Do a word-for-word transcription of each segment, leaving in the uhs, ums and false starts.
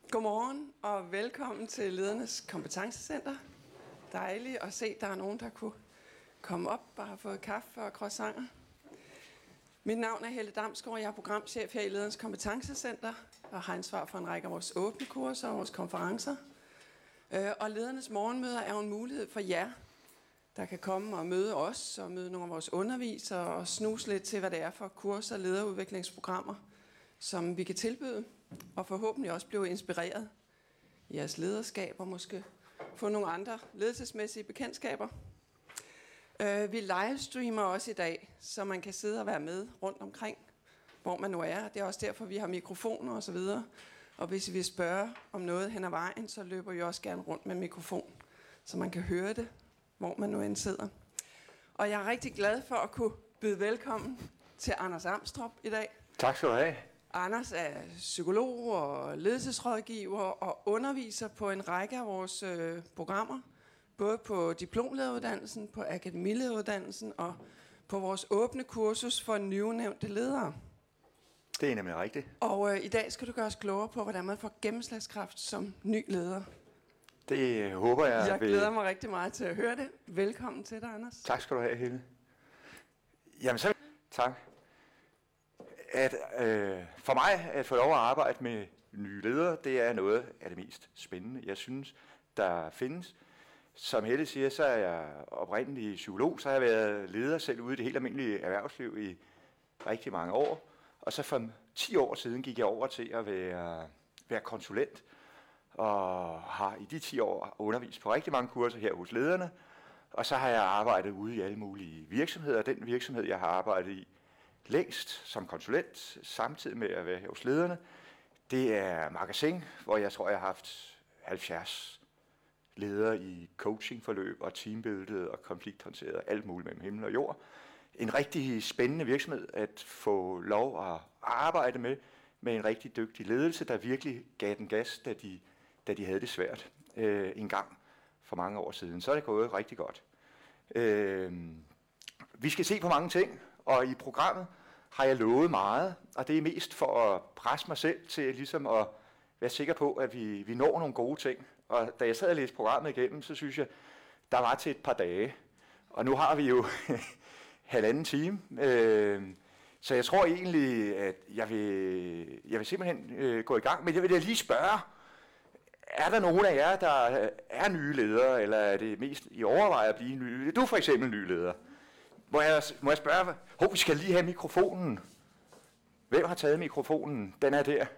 Godmorgen og velkommen til Ledernes Kompetencecenter. Dejligt at se, at der er nogen, der kunne komme op og have fået kaffe og croissanter. Mit navn er Helle Damsgaard, jeg er programchef her i Ledernes Kompetencecenter og har ansvar for en række af vores åbne kurser og vores konferencer. Og Ledernes Morgenmøder er jo en mulighed for jer, der kan komme og møde os og møde nogle af vores undervisere og snuse lidt til, hvad det er for kurser og lederudviklingsprogrammer, som vi kan tilbyde, og forhåbentlig også blive inspireret i jeres lederskab og måske få nogle andre ledelsesmæssige bekendtskaber. Uh, vi livestreamer også i dag, så man kan sidde og være med rundt omkring, hvor man nu er. Det er også derfor, vi har mikrofoner og så videre. Og hvis I vil spørge om noget hen ad vejen, så løber vi også gerne rundt med mikrofon, så man kan høre det, hvor man nu end sidder. Og jeg er rigtig glad for at kunne byde velkommen til Anders Amstrup i dag. Tak skal du have. Anders er psykolog og ledelsesrådgiver og underviser på en række af vores øh, programmer, både på diplomlederuddannelsen, på akademilederuddannelsen og på vores åbne kursus for nyudnævnte ledere. Det er nemlig rigtigt. Og øh, i dag skal du gøre os klogere på, hvordan man får gennemslagskraft som ny leder. Det håber jeg. Jeg glæder mig rigtig meget til at høre det. Velkommen til dig, Anders. Tak skal du have, Helle. Jamen så tak. At, øh, for mig at få lov at arbejde med nye ledere, det er noget af det mest spændende, jeg synes, der findes. Som Helle siger, så er jeg oprindelig psykolog, så har jeg været leder selv ude i det helt almindelige erhvervsliv i rigtig mange år. Og så for ti år siden gik jeg over til at være, være konsulent, og har i de ti år undervist på rigtig mange kurser her hos lederne. Og så har jeg arbejdet ude i alle mulige virksomheder. Den virksomhed, jeg har arbejdet i længst som konsulent, samtidig med at være hos lederne, det er Magasin, hvor jeg tror, jeg har haft halvfjerds ledere i coachingforløb og teambuildet og konflikthåndteret, alt muligt mellem himmel og jord. En rigtig spændende virksomhed at få lov at arbejde med, med en rigtig dygtig ledelse, der virkelig gav den gas, da de, da de havde det svært øh, en gang for mange år siden. Så er det gået rigtig godt. Øh, vi skal se på mange ting, og i programmet har jeg lovet meget, og det er mest for at presse mig selv til ligesom at være sikker på, at vi, vi når nogle gode ting. Og da jeg sad og læste programmet igennem, så synes jeg, der var til et par dage. Og nu har vi jo halvanden time. Øh, så jeg tror egentlig, at jeg vil, jeg vil simpelthen øh, gå i gang. Men jeg vil da lige spørge, er der nogen af jer, der er nye ledere, eller er det mest i overvejer at blive nye? Du er for eksempel ny leder. Må jeg, må jeg spørge, hov, vi skal lige have mikrofonen. Hvem har taget mikrofonen? Den er der.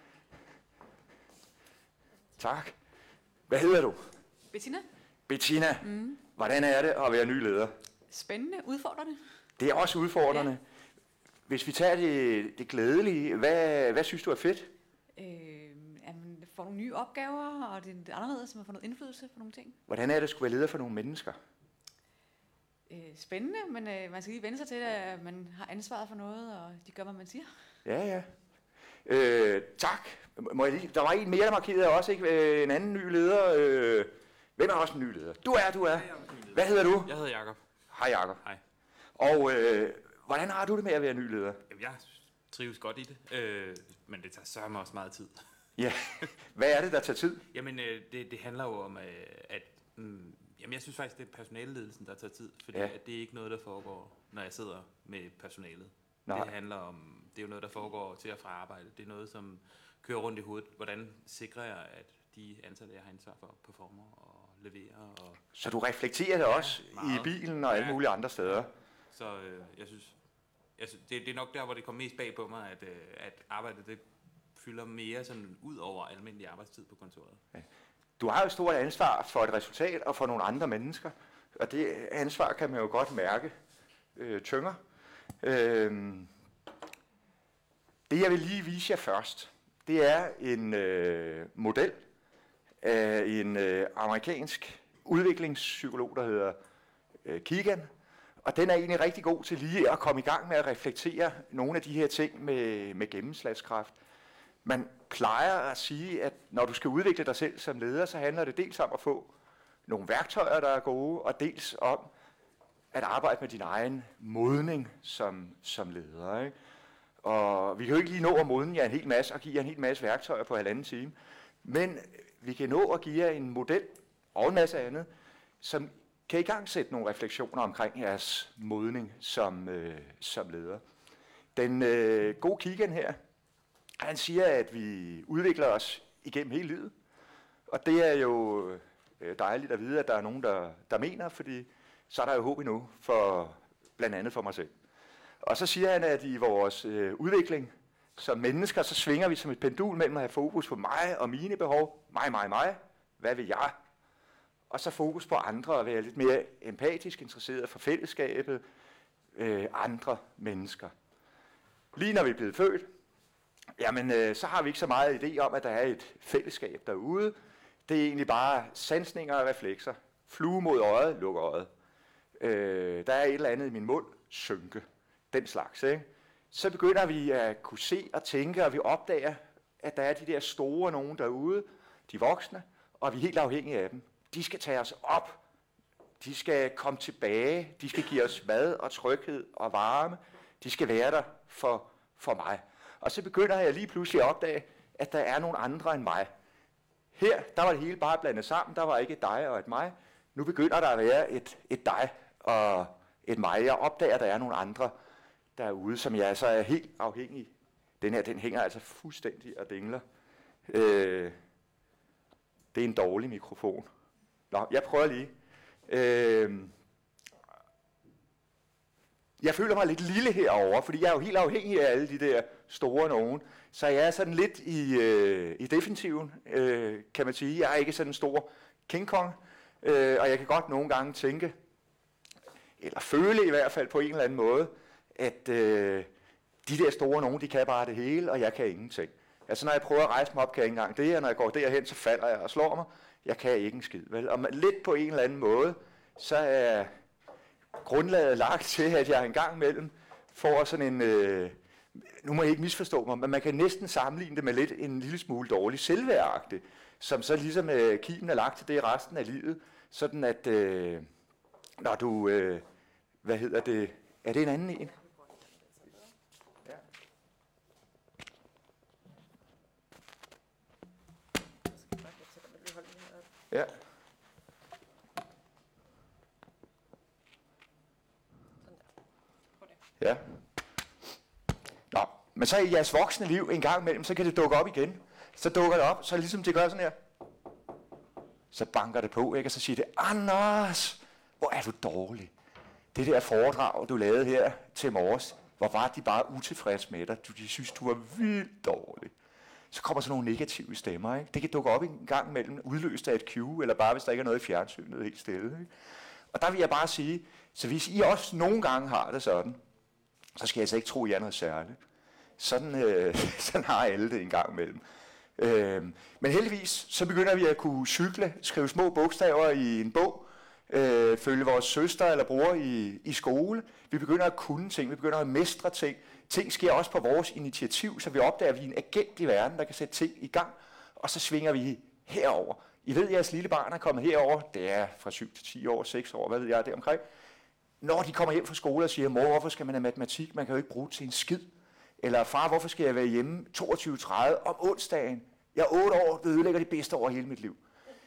Tak. Hvad hedder du? Bettina. Bettina. Mm. Hvordan er det at være ny leder? Spændende, udfordrende. Det er også udfordrende. Ja. Hvis vi tager det, det glædelige, hvad, hvad synes du er fedt? Øh, at man får nogle nye opgaver, og det er anderledes, at man får noget indflydelse på nogle ting. Hvordan er det at skulle være leder for nogle mennesker? Øh, spændende, men øh, man skal lige vende sig til, at man har ansvaret for noget, og de gør, hvad man siger. Ja, ja. Øh, tak. Må jeg lige, der var en mere, der markerede også, ikke? En anden ny leder. Øh, hvem er også en ny leder? Du er, du er. Hvad hedder du? Jeg hedder Jakob. Hej, Jakob. Hej. Og øh, hvordan har du det med at være ny leder? Jamen, jeg trives godt i det, øh, men det tager sørme også meget tid. Ja, hvad er det, der tager tid? Jamen, øh, det, det handler jo om, øh, at mm, jamen, jeg synes faktisk, det er personaleledelsen, der tager tid, fordi ja. at det er ikke noget, der foregår, når jeg sidder med personalet. Nej. Det handler om, det er jo noget, der foregår til at fra arbejde. Det er noget, som kører rundt i hovedet. Hvordan sikrer jeg, at de ansatte, jeg har ansvar for, performer og leverer? Og så du reflekterer det også ja, i bilen og alle ja. mulige andre steder? Ja. Så øh, jeg synes, jeg synes det, det er nok der, hvor det kommer mest bag på mig, at, øh, at arbejdet det fylder mere sådan ud over almindelig arbejdstid på kontoret. Ja. Du har jo et stort ansvar for et resultat og for nogle andre mennesker, og det ansvar kan man jo godt mærke øh, tynger. Øh, det jeg vil lige vise jer først, det er en øh, model af en øh, amerikansk udviklingspsykolog, der hedder øh, Kegan. Og den er egentlig rigtig god til lige at komme i gang med at reflektere nogle af de her ting med, med gennemslagskraft. Man plejer at sige, at når du skal udvikle dig selv som leder, så handler det dels om at få nogle værktøjer, der er gode, og dels om at arbejde med din egen modning som, som leder. Ikke? Og vi kan jo ikke lige nå at modne jer en hel masse og give jer en hel masse værktøjer på halvanden time. Men vi kan nå at give jer en model og en masse andet, som kan i gang sætte nogle refleksioner omkring jeres modning som, øh, som leder. Den øh, gode kiggen her, han siger, at vi udvikler os igennem hele livet. Og det er jo øh, dejligt at vide, at der er nogen, der, der mener, fordi så er der jo håb endnu, for, blandt andet for mig selv. Og så siger han, at i vores øh, udvikling som mennesker, så svinger vi som et pendul mellem at have fokus på mig og mine behov. Mig, mig, mig. Hvad vil jeg? Og så fokus på andre og være lidt mere empatisk interesseret for fællesskabet, øh, andre mennesker. Lige når vi er blevet født, jamen øh, så har vi ikke så meget idé om, at der er et fællesskab derude. Det er egentlig bare sansninger og reflekser. Flue mod øjet, luk øjet. Øh, der er et eller andet i min mund, synke. Den slags, ikke? Så begynder vi at kunne se og tænke, og vi opdager, at der er de der store nogen derude, de voksne, og vi er helt afhængige af dem. De skal tage os op. De skal komme tilbage. De skal give os mad og tryghed og varme. De skal være der for, for mig. Og så begynder jeg lige pludselig at opdage, at der er nogle andre end mig. Her, der var det hele bare blandet sammen. Der var ikke et dig og et mig. Nu begynder der at være et, et dig og et mig. Jeg opdager, at der er nogle andre derude, som jeg altså er helt afhængig. Den her, den hænger altså fuldstændig og dingler. Øh, det er en dårlig mikrofon. Nå, jeg prøver lige. Øh, jeg føler mig lidt lille herovre, fordi jeg er jo helt afhængig af alle de der store nogen. Så jeg er sådan lidt i, øh, i defensiven, øh, kan man sige. Jeg er ikke sådan en stor King Kong, øh, og jeg kan godt nogle gange tænke, eller føle i hvert fald på en eller anden måde, at øh, de der store nogen, de kan bare det hele, og jeg kan ingenting. Altså når jeg prøver at rejse mig op, kan jeg ikke engang det, og når jeg går derhen, så falder jeg og slår mig. Jeg kan ikke en skid, vel? Og lidt på en eller anden måde, så er grundlaget lagt til, at jeg engang imellem får sådan en, øh, nu må jeg ikke misforstå mig, men man kan næsten sammenligne det med lidt en lille smule dårlig selvværagtigt, som så ligesom øh, kimen er lagt til det resten af livet, sådan at, øh, når du, øh, hvad hedder det, er det en anden en? Ja. Ja. Nå, men så i jeres voksne liv en gang imellem, så kan det dukke op igen. Så dukker det op, så ligesom det gør sådan her. Så banker det på, ikke? Og så siger det, Anders, hvor er du dårlig. Det der foredrag, du lavede her til morges, hvor var de bare utilfredse med dig. Du, de synes, du var vildt dårlig. Så kommer sådan nogle negative stemmer, ikke? Det kan dukke op en gang imellem, udløst af et cue, eller bare hvis der ikke er noget i fjernsynet, helt stille, ikke? Og der vil jeg bare sige, så hvis I også nogle gange har det sådan, så skal jeg altså ikke tro, at I er noget særligt. Sådan, øh, sådan har alle det en gang imellem. Øh, men heldigvis, så begynder vi at kunne cykle, skrive små bogstaver i en bog, øh, følge vores søster eller bror i, i skole. Vi begynder at kunne ting, vi begynder at mestre ting. Ting sker også på vores initiativ, så vi opdager, at vi er en agent i verden, der kan sætte ting i gang, og så svinger vi herover. I ved, at jeres lille barn er kommet herover. Det er fra syv til ti år, seks år, hvad ved jeg deromkring. Når de kommer hjem fra skole og siger, mor, hvorfor skal man have matematik? Man kan jo ikke bruge det til en skid. Eller far, hvorfor skal jeg være hjemme toogtyve tredive om onsdagen? Jeg er otte år, det ødelægger det bedste over hele mit liv.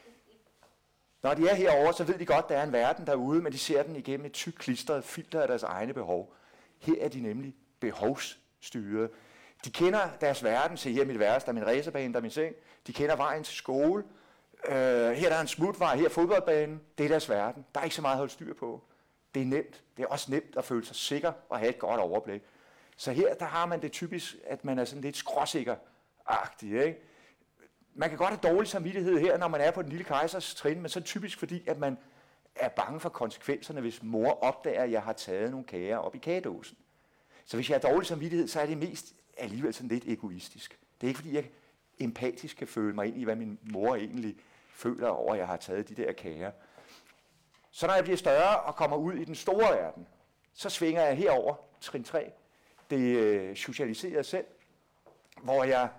Når de er herovre, så ved de godt, at der er en verden derude, men de ser den igennem et tykt klistret filter af deres egne behov. Her er de nemlig behovsstyret. De kender deres verden, se her er mit værelse, der er min racerbane, der er min seng. De kender vejen til skole. Uh, her er der en smutvej, her er fodboldbanen. Det er deres verden. Der er ikke så meget at holde styr på. Det er nemt. Det er også nemt at føle sig sikker og have et godt overblik. Så her, der har man det typisk, at man er sådan lidt skråsikker-agtig, ikke? Man kan godt have dårlig samvittighed her, når man er på den lille kejsers trin, men så typisk fordi, at man er bange for konsekvenserne, hvis mor opdager, at jeg har taget nogle kager op i kagedåsen. Så hvis jeg har dårlig samvittighed, så er det mest alligevel sådan lidt egoistisk. Det er ikke fordi, jeg empatisk kan føle mig ind i, hvad min mor egentlig føler over, at jeg har taget de der kager. Så når jeg bliver større og kommer ud i den store verden, så svinger jeg herover, trin tre, det øh, socialiserede selv, hvor jeg,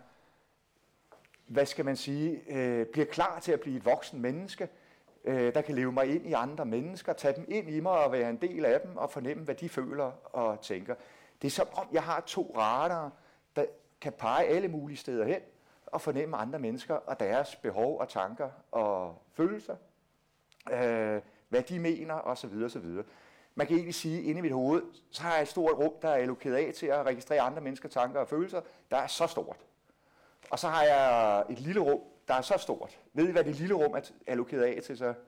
hvad skal man sige, øh, bliver klar til at blive et voksen menneske, øh, der kan leve mig ind i andre mennesker, tage dem ind i mig og være en del af dem, og fornemme, hvad de føler og tænker. Det er som om, jeg har to radarer, der kan pege alle mulige steder hen, at fornemme andre mennesker og deres behov og tanker og følelser, øh, hvad de mener osv. osv. Man kan egentlig sige, at inde i mit hoved, så har jeg et stort rum, der er allokeret af til at registrere andre menneskers tanker og følelser, der er så stort. Og så har jeg et lille rum, der er så stort. Ved I, hvad det lille rum er allokeret af til så?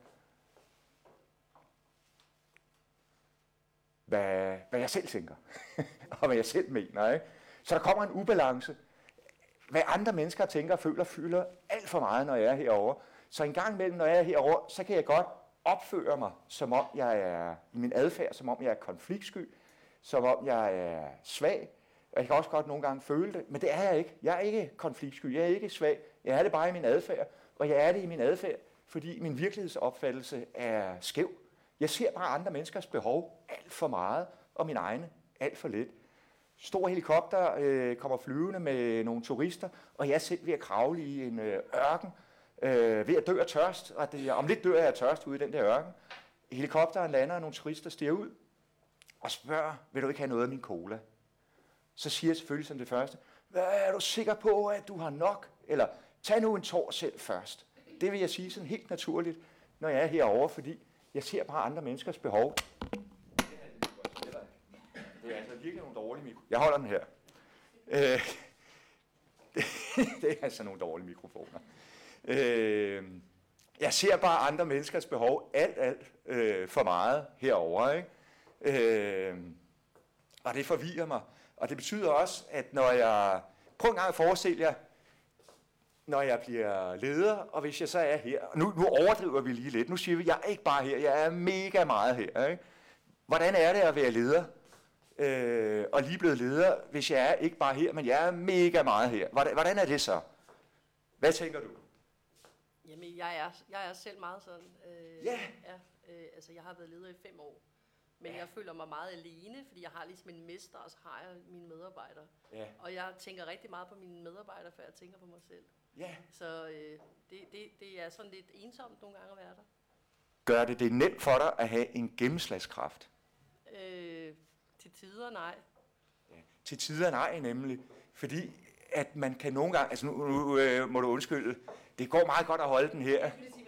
Hvad, hvad jeg selv tænker, og hvad jeg selv mener. Ikke? Så der kommer en ubalance. Hvad andre mennesker tænker og føler, fylder alt for meget, når jeg er herovre. Så en gang imellem, når jeg er herovre, så kan jeg godt opføre mig, som om jeg er i min adfærd, som om jeg er konfliktsky, som om jeg er svag. Og jeg kan også godt nogle gange føle det, men det er jeg ikke. Jeg er ikke konfliktsky, jeg er ikke svag. Jeg er det bare i min adfærd, og jeg er det i min adfærd, fordi min virkelighedsopfattelse er skæv. Jeg ser bare andre menneskers behov alt for meget, og min egne alt for lidt. Stor helikopter øh, kommer flyvende med nogle turister, og jeg er selv ved at kravle i en øh, ørken, øh, ved at dø af tørst, og det, om lidt dør jeg af tørst ude i den der ørken. Helikopteren lander, og nogle turister stiger ud og spørger, vil du ikke have noget af min cola? Så siger jeg selvfølgelig som det første, er du sikker på, at du har nok? Eller tag nu en tår selv først. Det vil jeg sige sådan helt naturligt, når jeg er herovre, fordi jeg ser bare andre menneskers behov. Det er altså virkelig nogle dårlige mikrofoner. Jeg holder den her. Øh, det er altså nogle dårlige mikrofoner. Øh, jeg ser bare andre menneskers behov alt, alt øh, for meget herovre. Ikke? Øh, og det forvirrer mig. Og det betyder også, at når jeg... Prøv en gang at forestille jer, når jeg bliver leder, og hvis jeg så er her... Nu, nu overdriver vi lige lidt. Nu siger vi, at jeg er ikke bare her, jeg er mega meget her. Ikke? Hvordan er det at være leder? Øh, og lige blevet leder, hvis jeg er ikke bare her, men jeg er mega meget her. Hvordan, hvordan er det så? Hvad tænker du? Jamen, jeg er, jeg er selv meget sådan. Øh, Ja. ja, øh, altså, jeg har været leder i fem år. Men jeg føler mig meget alene, fordi jeg har ligesom en mester, og så har jeg mine medarbejdere. Ja. Og jeg tænker rigtig meget på mine medarbejdere, før jeg tænker på mig selv. Ja. Så øh, det, det, det er sådan lidt ensomt nogle gange at være der. Gør det det nemt for dig at have en gennemslagskraft? Øh, til tider nej. Ja. Til tider nej, nemlig. Fordi at man kan nogle gange... Altså nu, nu øh, må du undskylde. Det går meget godt at holde den her.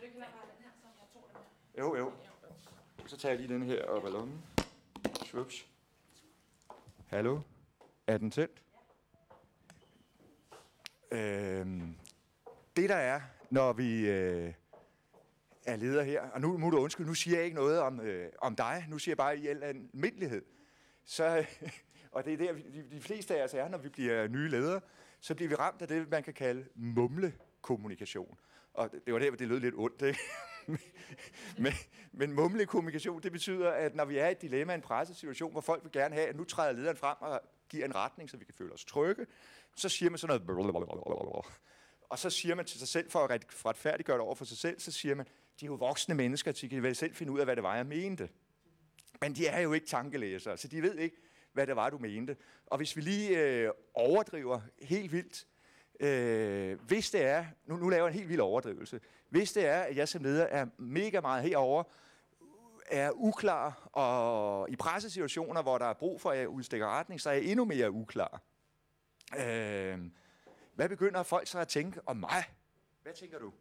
Jo, jo. Så tager jeg lige den her op af lommen. Svups. Hallo? Er den tændt? Øhm, det der er, når vi øh, er leder her, og nu må du undskylde, nu siger jeg ikke noget om, øh, om dig, nu siger jeg bare i al almindelighed. Så, og det er der, de, de fleste af os er, når vi bliver nye ledere, så bliver vi ramt af det, man kan kalde mumlekommunikation. Og det var der, det lød lidt ondt, ikke? men, men mumle kommunikation, det betyder, at når vi er i et dilemma, en pressesituation, hvor folk vil gerne have, at nu træder lederen frem og giver en retning, så vi kan føle os trygge, så siger man sådan noget, og så siger man til sig selv, for at retfærdiggøre det over for sig selv, så siger man, de er jo voksne mennesker, de kan vel selv finde ud af, hvad det var, jeg mente. Men de er jo ikke tankelæsere, så de ved ikke, hvad det var, du mente. Og hvis vi lige øh, overdriver helt vildt, øh, hvis det er, nu, nu laver jeg en helt vild overdrivelse, hvis det er, at jeg som leder er mega meget herover, er uklar, og i pressesituationer, hvor der er brug for at udstikke retning, så er jeg endnu mere uklar. Øh, hvad begynder folk så at tænke om mig? Hvad tænker du?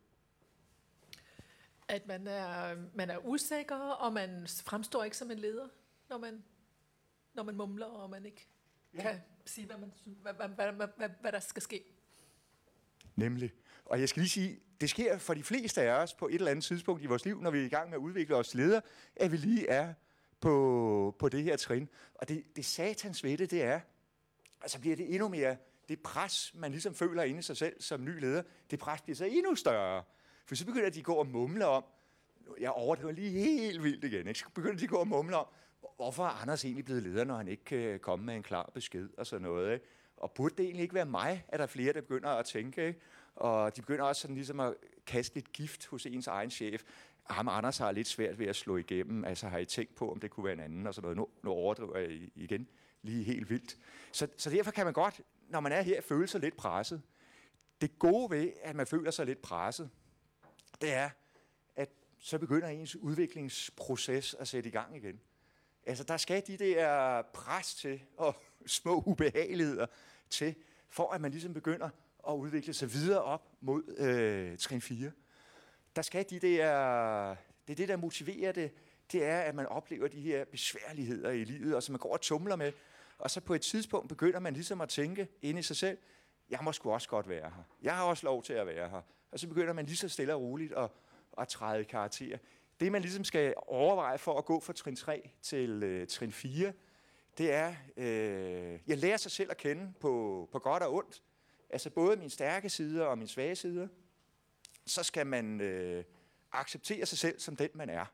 At man er, man er usikker, og man fremstår ikke som en leder, når man, når man mumler, og man ikke ja. kan sige, hvad, man, hvad, hvad, hvad, hvad, hvad, hvad der skal ske. Nemlig. Og jeg skal lige sige, det sker for de fleste af os på et eller andet tidspunkt i vores liv, når vi er i gang med at udvikle os ledere, at vi lige er på, på det her trin. Og det, det satans ved det, det er, altså bliver det endnu mere, det pres, man ligesom føler inde i sig selv som ny leder, det pres bliver så endnu større. For så begynder de at gå og mumle om, jeg overdriver lige helt vildt igen, ikke? Så begynder de at gå og mumle om, hvorfor er Anders egentlig blevet leder, når han ikke kan komme med en klar besked og sådan noget, ikke? Og burde det egentlig ikke være mig, at der er flere, der begynder at tænke, ikke? Og de begynder også sådan ligesom at kaste lidt gift hos ens egen chef. Ham Anders har lidt svært ved at slå igennem, altså har I tænkt på, om det kunne være en anden og sådan noget. Nu, nu overdriver jeg igen lige helt vildt. Så, så derfor kan man godt, når man er her, føle sig lidt presset. Det gode ved, at man føler sig lidt presset, det er, at så begynder ens udviklingsproces at sætte i gang igen. Altså, der skal de der pres til, og små ubehageligheder til, for at man ligesom begynder at udvikle sig videre op mod øh, trin fire. Der skal de der, det er det, der motiverer det, det er, at man oplever de her besværligheder i livet, og som man går og tumler med, og så på et tidspunkt begynder man ligesom at tænke inde i sig selv, jeg må sgu også godt være her. Jeg har også lov til at være her. Og så begynder man lige så stille og roligt at, at træde i karakter. Det, man ligesom skal overveje for at gå fra trin tre til øh, trin fire, det er, øh, jeg lærer sig selv at kende på, på godt og ondt. Altså både mine stærke sider og mine svage sider. Så skal man øh, acceptere sig selv som den, man er.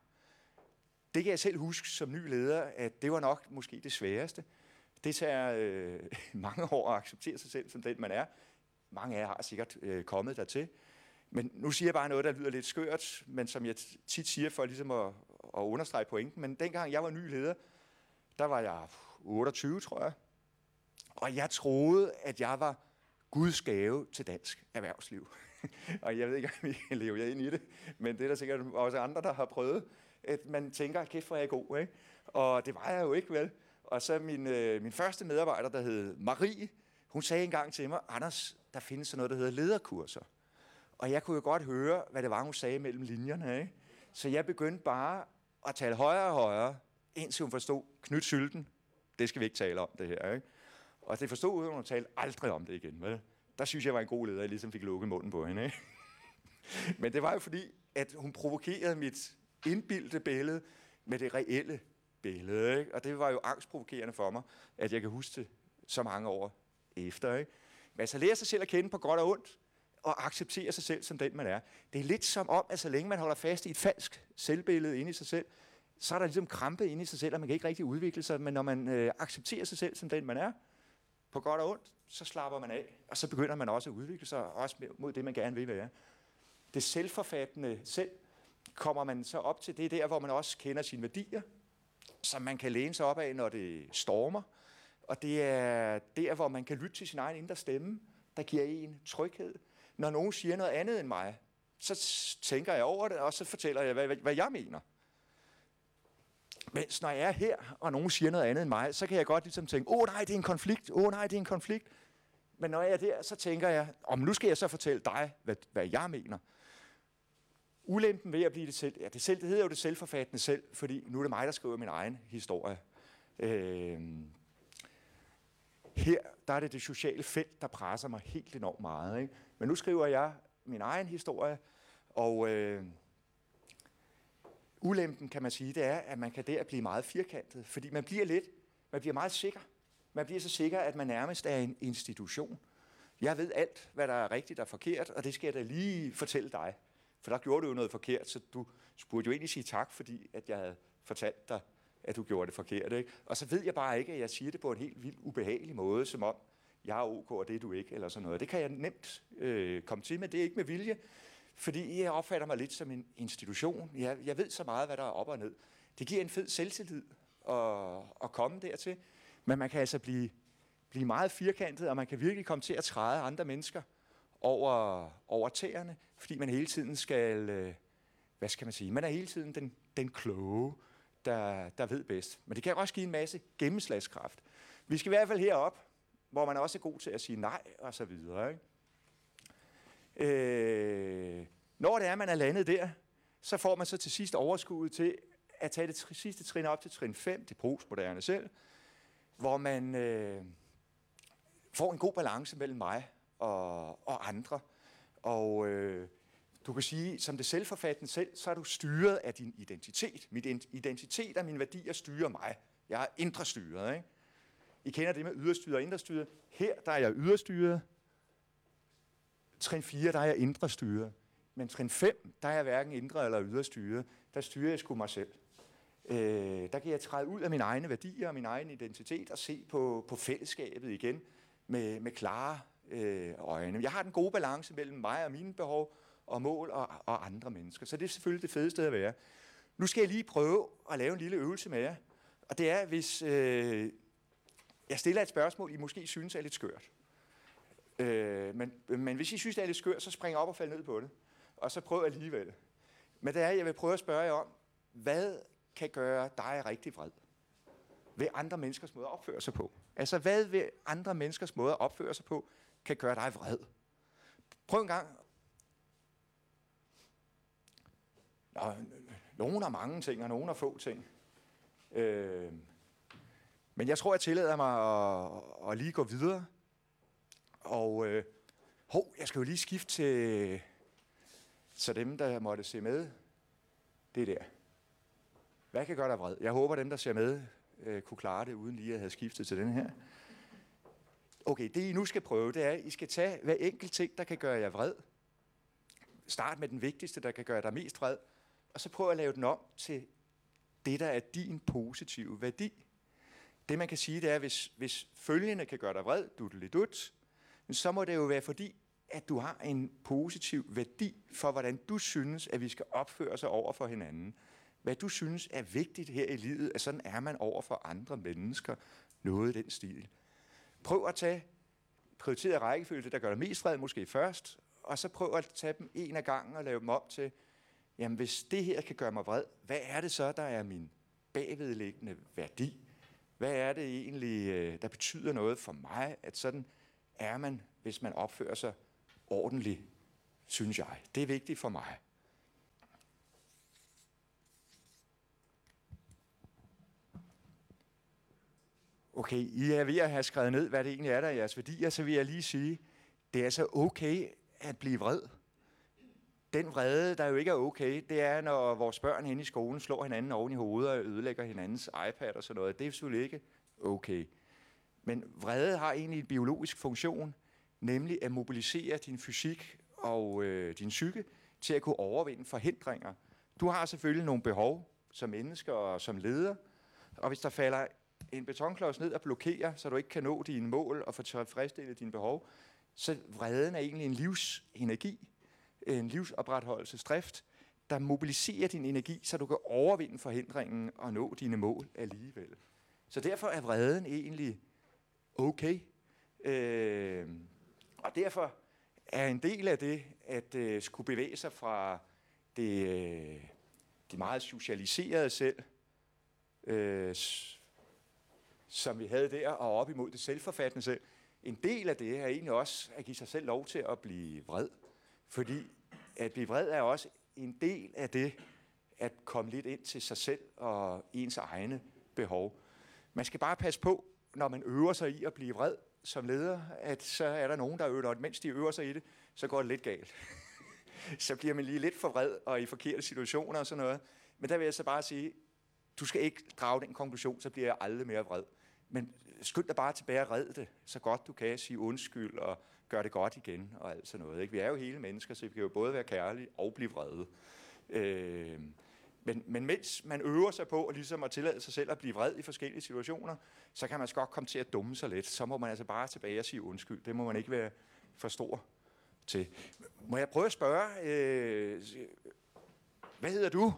Det kan jeg selv huske som ny leder, at det var nok måske det sværeste. Det tager øh, mange år at acceptere sig selv som den, man er. Mange af jer har sikkert øh, kommet dertil. Men nu siger jeg bare noget, der lyder lidt skørt, men som jeg tit siger for ligesom at, at understrege pointen. Men dengang jeg var ny leder, der var jeg otteogtyve, tror jeg. Og jeg troede, at jeg var Guds gave til dansk erhvervsliv. Og jeg ved ikke, om I kan leve jer ind i det, men det er der sikkert også andre, der har prøvet. At man tænker, kæft, hvor er jeg god, ikke? Og det var jeg jo ikke, vel? Og så min, øh, min første medarbejder, der hed Marie, hun sagde engang til mig, Anders, der findes sådan noget, der hedder lederkurser. Og jeg kunne jo godt høre, hvad det var, hun sagde mellem linjerne, ikke? Så jeg begyndte bare at tale højere og højere, indtil hun forstod, knyt sylten, det skal vi ikke tale om, det her, ikke? Og det forstod hun, hun talte aldrig om det igen, vel? Der synes jeg var en god leder, jeg ligesom fik lukket munden på hende, ikke? Men det var jo fordi, at hun provokerede mit indbildte billede med det reelle billede, ikke? Og det var jo angstprovokerende for mig, at jeg kan huske det så mange år efter, ikke? Men altså lære sig selv at kende på godt og ondt, og acceptere sig selv som den, man er. Det er lidt som om, at så længe man holder fast i et falsk selvbillede inde i sig selv, så er der ligesom krampe inde i sig selv, og man kan ikke rigtig udvikle sig, men når man øh, accepterer sig selv som den, man er, på godt og ondt, så slapper man af, og så begynder man også at udvikle sig, også mod det, man gerne vil være. Det selvforfattende selv kommer man så op til, det er der, hvor man også kender sine værdier, som man kan læne sig op af, når det stormer, og det er der, hvor man kan lytte til sin egen indre stemme, der giver en tryghed. Når nogen siger noget andet end mig, så tænker jeg over det, og så fortæller jeg, hvad, hvad jeg mener. Mens når jeg er her, og nogen siger noget andet end mig, så kan jeg godt ligesom tænke, åh nej, det er en konflikt, åh nej, det er en konflikt. Men når jeg er der, så tænker jeg, om nu skal jeg så fortælle dig, hvad, hvad jeg mener. Ulempen ved at blive det selv, ja, det, selv, det hedder jo det selvforfattende selv, fordi nu er det mig, der skriver min egen historie. Øh, her, der er det det sociale felt, der presser mig helt enormt meget, ikke? Men nu skriver jeg min egen historie, og øh, ulempen, kan man sige, det er, at man kan der blive meget firkantet, fordi man bliver lidt, man bliver meget sikker. Man bliver så sikker, at man nærmest er en institution. Jeg ved alt, hvad der er rigtigt og forkert, og det skal jeg da lige fortælle dig. For der gjorde du jo noget forkert, så du burde jo egentlig sige tak, fordi at jeg havde fortalt dig, at du gjorde det forkert, ikke? Og så ved jeg bare ikke, at jeg siger det på en helt vildt ubehagelig måde, som om, jeg er ok, og det er du ikke, eller sådan noget. Det kan jeg nemt øh, komme til, men det er ikke med vilje, fordi jeg opfatter mig lidt som en institution. Jeg, jeg ved så meget, hvad der er op og ned. Det giver en fed selvtillid at, at komme dertil, men man kan altså blive, blive meget firkantet, og man kan virkelig komme til at træde andre mennesker over, over tæerne, fordi man hele tiden skal, øh, hvad skal man sige, man er hele tiden den, den kloge, der, der ved bedst. Men det kan også give en masse gennemslagskraft. Vi skal i hvert fald herop, hvor man også er god til at sige nej, og så videre, ikke? Øh, når det er, man er landet der, så får man så til sidst overskuddet til at tage det tri- sidste trin op til trin fem, det postmoderne selv, hvor man øh, får en god balance mellem mig og, og andre. Og øh, du kan sige, som det selvforfattende selv, så er du styret af din identitet. Min identitet og mine værdier styrer mig. Jeg er indre styret, ikke? I kender det med yderstyret og indre styret. Her, der er jeg yderstyret. Trin fire, der er jeg indre styret. Men trin fem, der er jeg hverken indre eller yderstyret. Der styrer jeg sgu mig selv. Øh, der kan jeg træde ud af mine egne værdier og min egen identitet og se på, på fællesskabet igen med, med klare øh, øjne. Jeg har den gode balance mellem mig og mine behov og mål og, og andre mennesker. Så det er selvfølgelig det fedeste at være. Nu skal jeg lige prøve at lave en lille øvelse med jer. Og det er, hvis øh, jeg stiller et spørgsmål, I måske synes er lidt skørt. Øh, men, men hvis I synes, det er lidt skørt, så spring op og fald ned på det. Og så prøv alligevel. Men det er, jeg vil prøve at spørge jer om, hvad kan gøre dig rigtig vred? Ved andre menneskers måde at opføre sig på. Altså, hvad ved andre menneskers måde at opføre sig på, kan gøre dig vred? Prøv en gang. Nå, nogen har mange ting, og nogen har få ting. Øh, men jeg tror, jeg tillader mig at, at lige gå videre. Og øh, hov, jeg skal jo lige skifte til så dem, der måtte se med. Det der. Hvad kan gøre dig vred? Jeg håber, dem, der ser med, øh, kunne klare det, uden lige at have skiftet til den her. Okay, det I nu skal prøve, det er, at I skal tage hver enkelt ting, der kan gøre jer vred. Start med den vigtigste, der kan gøre dig mest vred. Og så prøv at lave den om til det, der er din positive værdi. Det, man kan sige, det er, hvis, hvis følgende kan gøre dig vred, dudeledut, så må det jo være fordi, at du har en positiv værdi for, hvordan du synes, at vi skal opføre sig over for hinanden. Hvad du synes er vigtigt her i livet, at sådan er man over for andre mennesker. Noget i den stil. Prøv at tage prioriteret rækkefølge, det der gør dig mest vred, måske først, og så prøv at tage dem en af gangen og lave dem op til, jamen hvis det her kan gøre mig vred, hvad er det så, der er min bagvedliggende værdi? Hvad er det egentlig, der betyder noget for mig, at sådan er man, hvis man opfører sig ordentligt, synes jeg. Det er vigtigt for mig. Okay, I er ved at have skrevet ned, hvad det egentlig er, der er jeres værdier, så vil jeg lige sige, det er så okay at blive vred. Den vrede, der jo ikke er okay, det er, når vores børn henne i skolen slår hinanden oven i hovedet og ødelægger hinandens iPad og sådan noget. Det er selvfølgelig ikke okay. Men vrede har egentlig en biologisk funktion, nemlig at mobilisere din fysik og øh, din psyke til at kunne overvinde forhindringer. Du har selvfølgelig nogle behov som mennesker og som leder, og hvis der falder en betonklods ned og blokerer, så du ikke kan nå dine mål og få tilfredsstillet dine behov, så vreden er egentlig en livsenergi, en livsopretholdelsesdrift, der mobiliserer din energi, så du kan overvinde forhindringen og nå dine mål alligevel. Så derfor er vreden egentlig okay. Øh, og derfor er en del af det, at øh, skulle bevæge sig fra det, øh, det meget socialiserede selv, øh, som vi havde der, og op imod det selvforfattende selv. En del af det er egentlig også at give sig selv lov til at blive vred. Fordi at blive vred er også en del af det, at komme lidt ind til sig selv og ens egne behov. Man skal bare passe på, når man øver sig i at blive vred som leder, at så er der nogen, der øver det, og mens de øver sig i det, så går det lidt galt. Så bliver man lige lidt for vred og i forkerte situationer og sådan noget. Men der vil jeg så bare sige, du skal ikke drage den konklusion, så bliver jeg aldrig mere vred. Men skynd dig bare tilbage og red det, så godt du kan, sige undskyld og gøre det godt igen og alt sådan noget. Ikke? Vi er jo hele mennesker, så vi kan jo både være kærlige og blive vrede. Øh, men, men mens man øver sig på at, ligesom at tillade sig selv at blive vred i forskellige situationer, så kan man så godt komme til at dumme sig lidt. Så må man altså bare tilbage og sige undskyld. Det må man ikke være for stor til. Må jeg prøve at spørge, øh, hvad hedder du?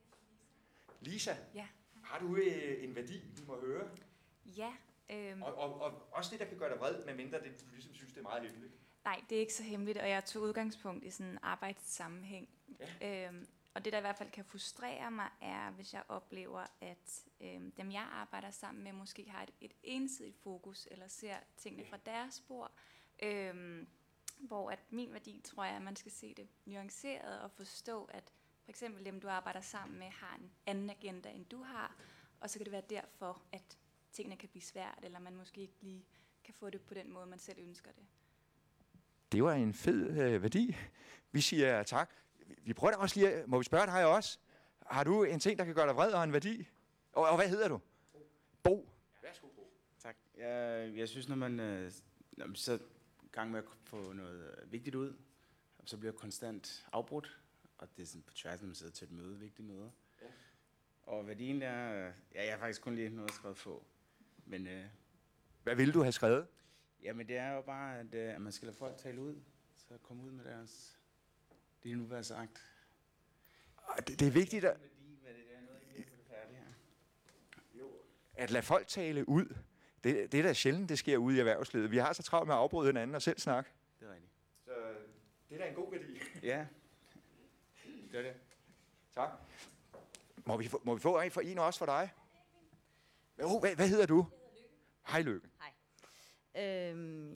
Lisa? Ja. Har du øh, en værdi, vi må høre? Ja. Øhm, Og, og, og også det, der kan gøre dig vred, medmindre det, du ligesom synes, det er meget hemmeligt. nej, det er ikke så hemmeligt, og jeg tog udgangspunkt i sådan en arbejdssammenhæng. Ja. Øhm, og det, der i hvert fald kan frustrere mig, er, hvis jeg oplever, at øhm, dem, jeg arbejder sammen med, måske har et, et ensidigt fokus, eller ser tingene fra deres spor. Øhm, hvor at min værdi, tror jeg, at man skal se det nuanceret og forstå, at for eksempel dem, du arbejder sammen med, har en anden agenda, end du har, og så kan det være derfor, at tingene kan blive svært, eller man måske ikke lige kan få det på den måde, man selv ønsker det. Det var en fed øh, værdi. Vi siger tak. Vi prøver da også lige, må vi spørge dig også? Har du en ting, der kan gøre dig vred og en værdi? Og, og hvad hedder du? Bo. Bo. Værsgo, Bo. Tak. Jeg, jeg synes, når man, øh, når man så er i gang med at få noget øh, vigtigt ud, så bliver jeg konstant afbrudt, og det er sådan på tværs, når man sidder til et møde, vigtige møder. Ja. Og værdien er, øh, ja, jeg har faktisk kun lige noget skrevet få, men øh, Hvad ville du have skrevet? jamen det er jo bare, at, øh, at man skal lade folk tale ud, så komme ud med deres, det er nu været sagt. Og Det, det er vigtigt at, Værdi, hvad det er, noget ikke på det færdige her. at lade folk tale ud. Det, det er da sjældent, det sker ude i erhvervslivet. Vi har så travlt med at afbryde hinanden og selv snakke. Det er rigtigt. Så det er da en god værdi. Ja, det er det. Tak. Må vi, få, må vi få en for en også for dig? Oh, hvad, hvad hedder du? Hej Lykke. Øhm,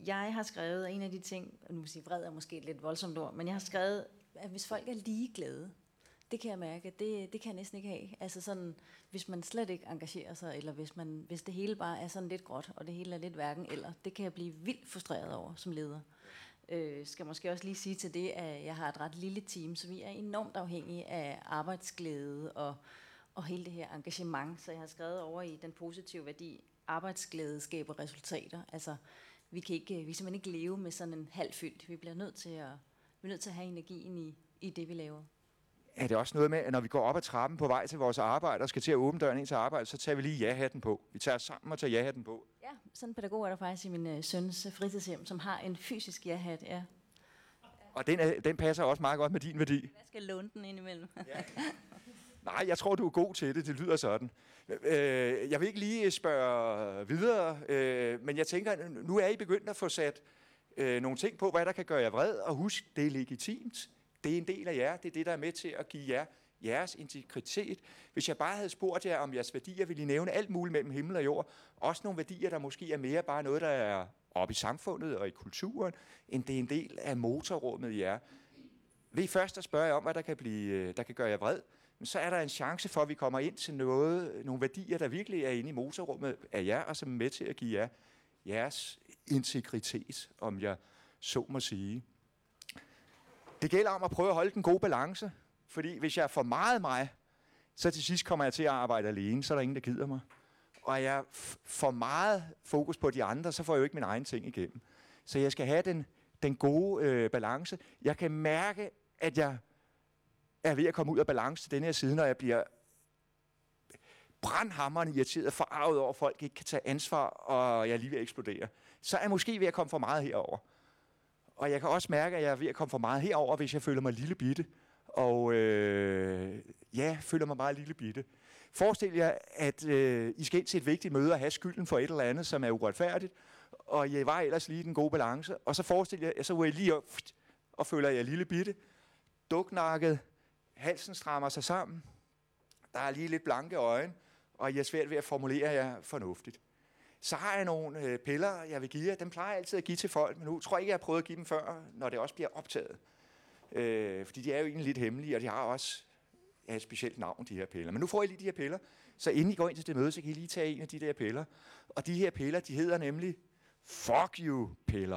jeg har skrevet, en af de ting, og nu vil jeg sige, vred er måske et lidt voldsomt ord, men jeg har skrevet, at hvis folk er ligeglade, det kan jeg mærke, det, det kan jeg næsten ikke have. Altså sådan, hvis man slet ikke engagerer sig, eller hvis, man, hvis det hele bare er sådan lidt gråt, og det hele er lidt hverken eller, det kan jeg blive vildt frustreret over som leder. Øh, skal måske også lige sige til det, at jeg har et ret lille team, så vi er enormt afhængige af arbejdsglæde og, og hele det her engagement. Så jeg har skrevet over i den positive værdi, arbejdsglæde skaber resultater. Altså, vi kan ikke, vi kan simpelthen ikke leve med sådan en halvfyldt. Vi bliver nødt til at, vi er nødt til at have energien i, i det, vi laver. Er det også noget med, at når vi går op ad trappen på vej til vores arbejde og skal til at åbne døren ind til arbejde, så tager vi lige ja-hatten på. Vi tager sammen og tager ja-hatten på. Ja, sådan en pædagog er der faktisk i min øh, søns fritidshjem, som har en fysisk ja-hat, ja. Og den, er, den passer også meget godt med din værdi. Jeg skal låne den indimellem. Ja. Nej, jeg tror, du er god til det. Det lyder sådan. Øh, jeg vil ikke lige spørge videre, øh, men jeg tænker, nu er I begyndt at få sat øh, nogle ting på, hvad der kan gøre jer vred, og husk, det er legitimt. Det er en del af jer. Det er det, der er med til at give jer jeres integritet. Hvis jeg bare havde spurgt jer om jeres værdier, ville I nævne alt muligt mellem himmel og jord. Også nogle værdier, der måske er mere bare noget, der er oppe i samfundet og i kulturen, end det er en del af motorrummet i jer. Vil I først at spørge jer om, hvad der kan, blive, der kan gøre jer vred, men så er der en chance for, at vi kommer ind til noget, nogle værdier, der virkelig er inde i motorrummet af jer, og som er med til at give jer jeres integritet, om jeg så må sige. Det gælder om at prøve at holde den gode balance, fordi hvis jeg er for meget mig, så til sidst kommer jeg til at arbejde alene, så er der ingen, der gider mig. Og er jeg for meget fokus på de andre, så får jeg jo ikke min egen ting igennem. Så jeg skal have den, den gode øh, balance. Jeg kan mærke, at jeg er ved at komme ud af balance til den her side, når jeg bliver brandhamrende irriteret, forarvet over, at folk ikke kan tage ansvar, og jeg er lige ved at eksplodere. Så er jeg måske ved at komme for meget herover. Og jeg kan også mærke, at jeg er ved at komme for meget herover, hvis jeg føler mig lille bitte. Og øh, ja, føler mig meget lille bitte. Forestil jer, at øh, I skal ind til et vigtigt møde og have skylden for et eller andet, som er uretfærdigt. Og jeg var ellers lige i den gode balance. Og så forestil jer, at så var jeg lige op og føler jeg lille bitte. Duknakket. Halsen strammer sig sammen. Der er lige lidt blanke øjne. Og jeg er svært ved at formulere jer fornuftigt. Så har jeg nogle øh, piller, jeg vil give jer. Dem plejer jeg altid at give til folk, men nu tror jeg ikke, jeg har prøvet at give dem før, når det også bliver optaget. Øh, fordi de er jo egentlig lidt hemmelige, og de har også ja, et specielt navn, de her piller. Men nu får I lige de her piller, så inden I går ind til det møde, så kan I lige tage en af de der piller. Og de her piller, de hedder nemlig Fuck You-piller.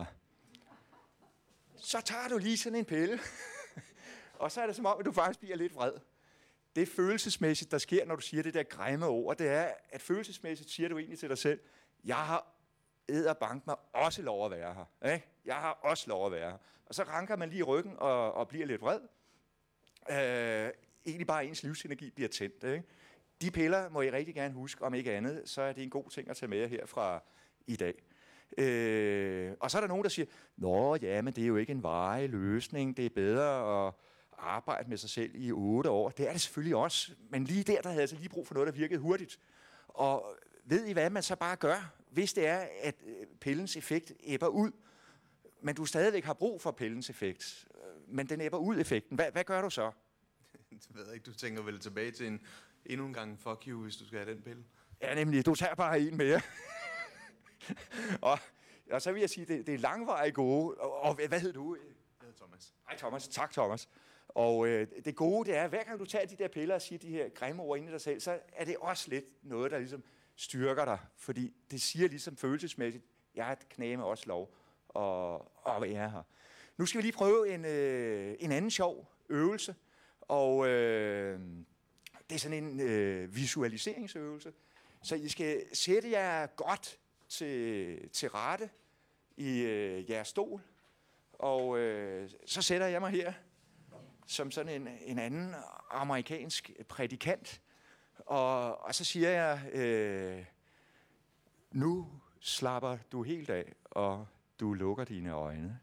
Så tager du lige sådan en pille, og så er det som om, at du faktisk bliver lidt vred. Det følelsesmæssigt, der sker, når du siger det der grimme ord, det er, at følelsesmæssigt siger du egentlig til dig selv, jeg har edderbank mig også lov at være her. Ikke? Jeg har også lov at være her. Og så ranker man lige i ryggen og, og bliver lidt vred. Øh, egentlig bare ens livsenergi bliver tændt. Ikke? De piller må I rigtig gerne huske, om ikke andet, så er det en god ting at tage med her fra i dag. Øh, og så er der nogen, der siger, nå ja, men det er jo ikke en varig løsning, det er bedre at arbejde med sig selv i otte år. Det er det selvfølgelig også, men lige der, der havde jeg altså lige brug for noget, der virkede hurtigt. Og ved I, hvad man så bare gør, hvis det er, at pillens effekt æbber ud, men du stadigvæk har brug for pillens effekt, men den æbber ud effekten. Hvad, hvad gør du så? Det ved jeg ikke, du tænker vel tilbage til en endnu en gang fuck you, hvis du skal have den pille? Ja, nemlig, du tager bare en mere. og, og så vil jeg sige, det, det er langvarige gode. Og, og hvad hedder du? Jeg hedder Thomas. Hej Thomas, tak Thomas. Og øh, det gode, det er, hver gang du tager de der piller og siger de her grimme ord ind i dig selv, så er det også lidt noget, der ligesom styrker dig. Fordi det siger ligesom følelsesmæssigt, jeg har et knæ med også lov at, at være her. Nu skal vi lige prøve en, øh, en anden sjov øvelse. Og øh, det er sådan en øh, visualiseringsøvelse. Så I skal sætte jer godt til, til rette i øh, jeres stol. Og øh, så sætter jeg mig her som sådan en, en anden amerikansk prædikant. Og, og så siger jeg, øh, nu slapper du helt af, og du lukker dine øjne.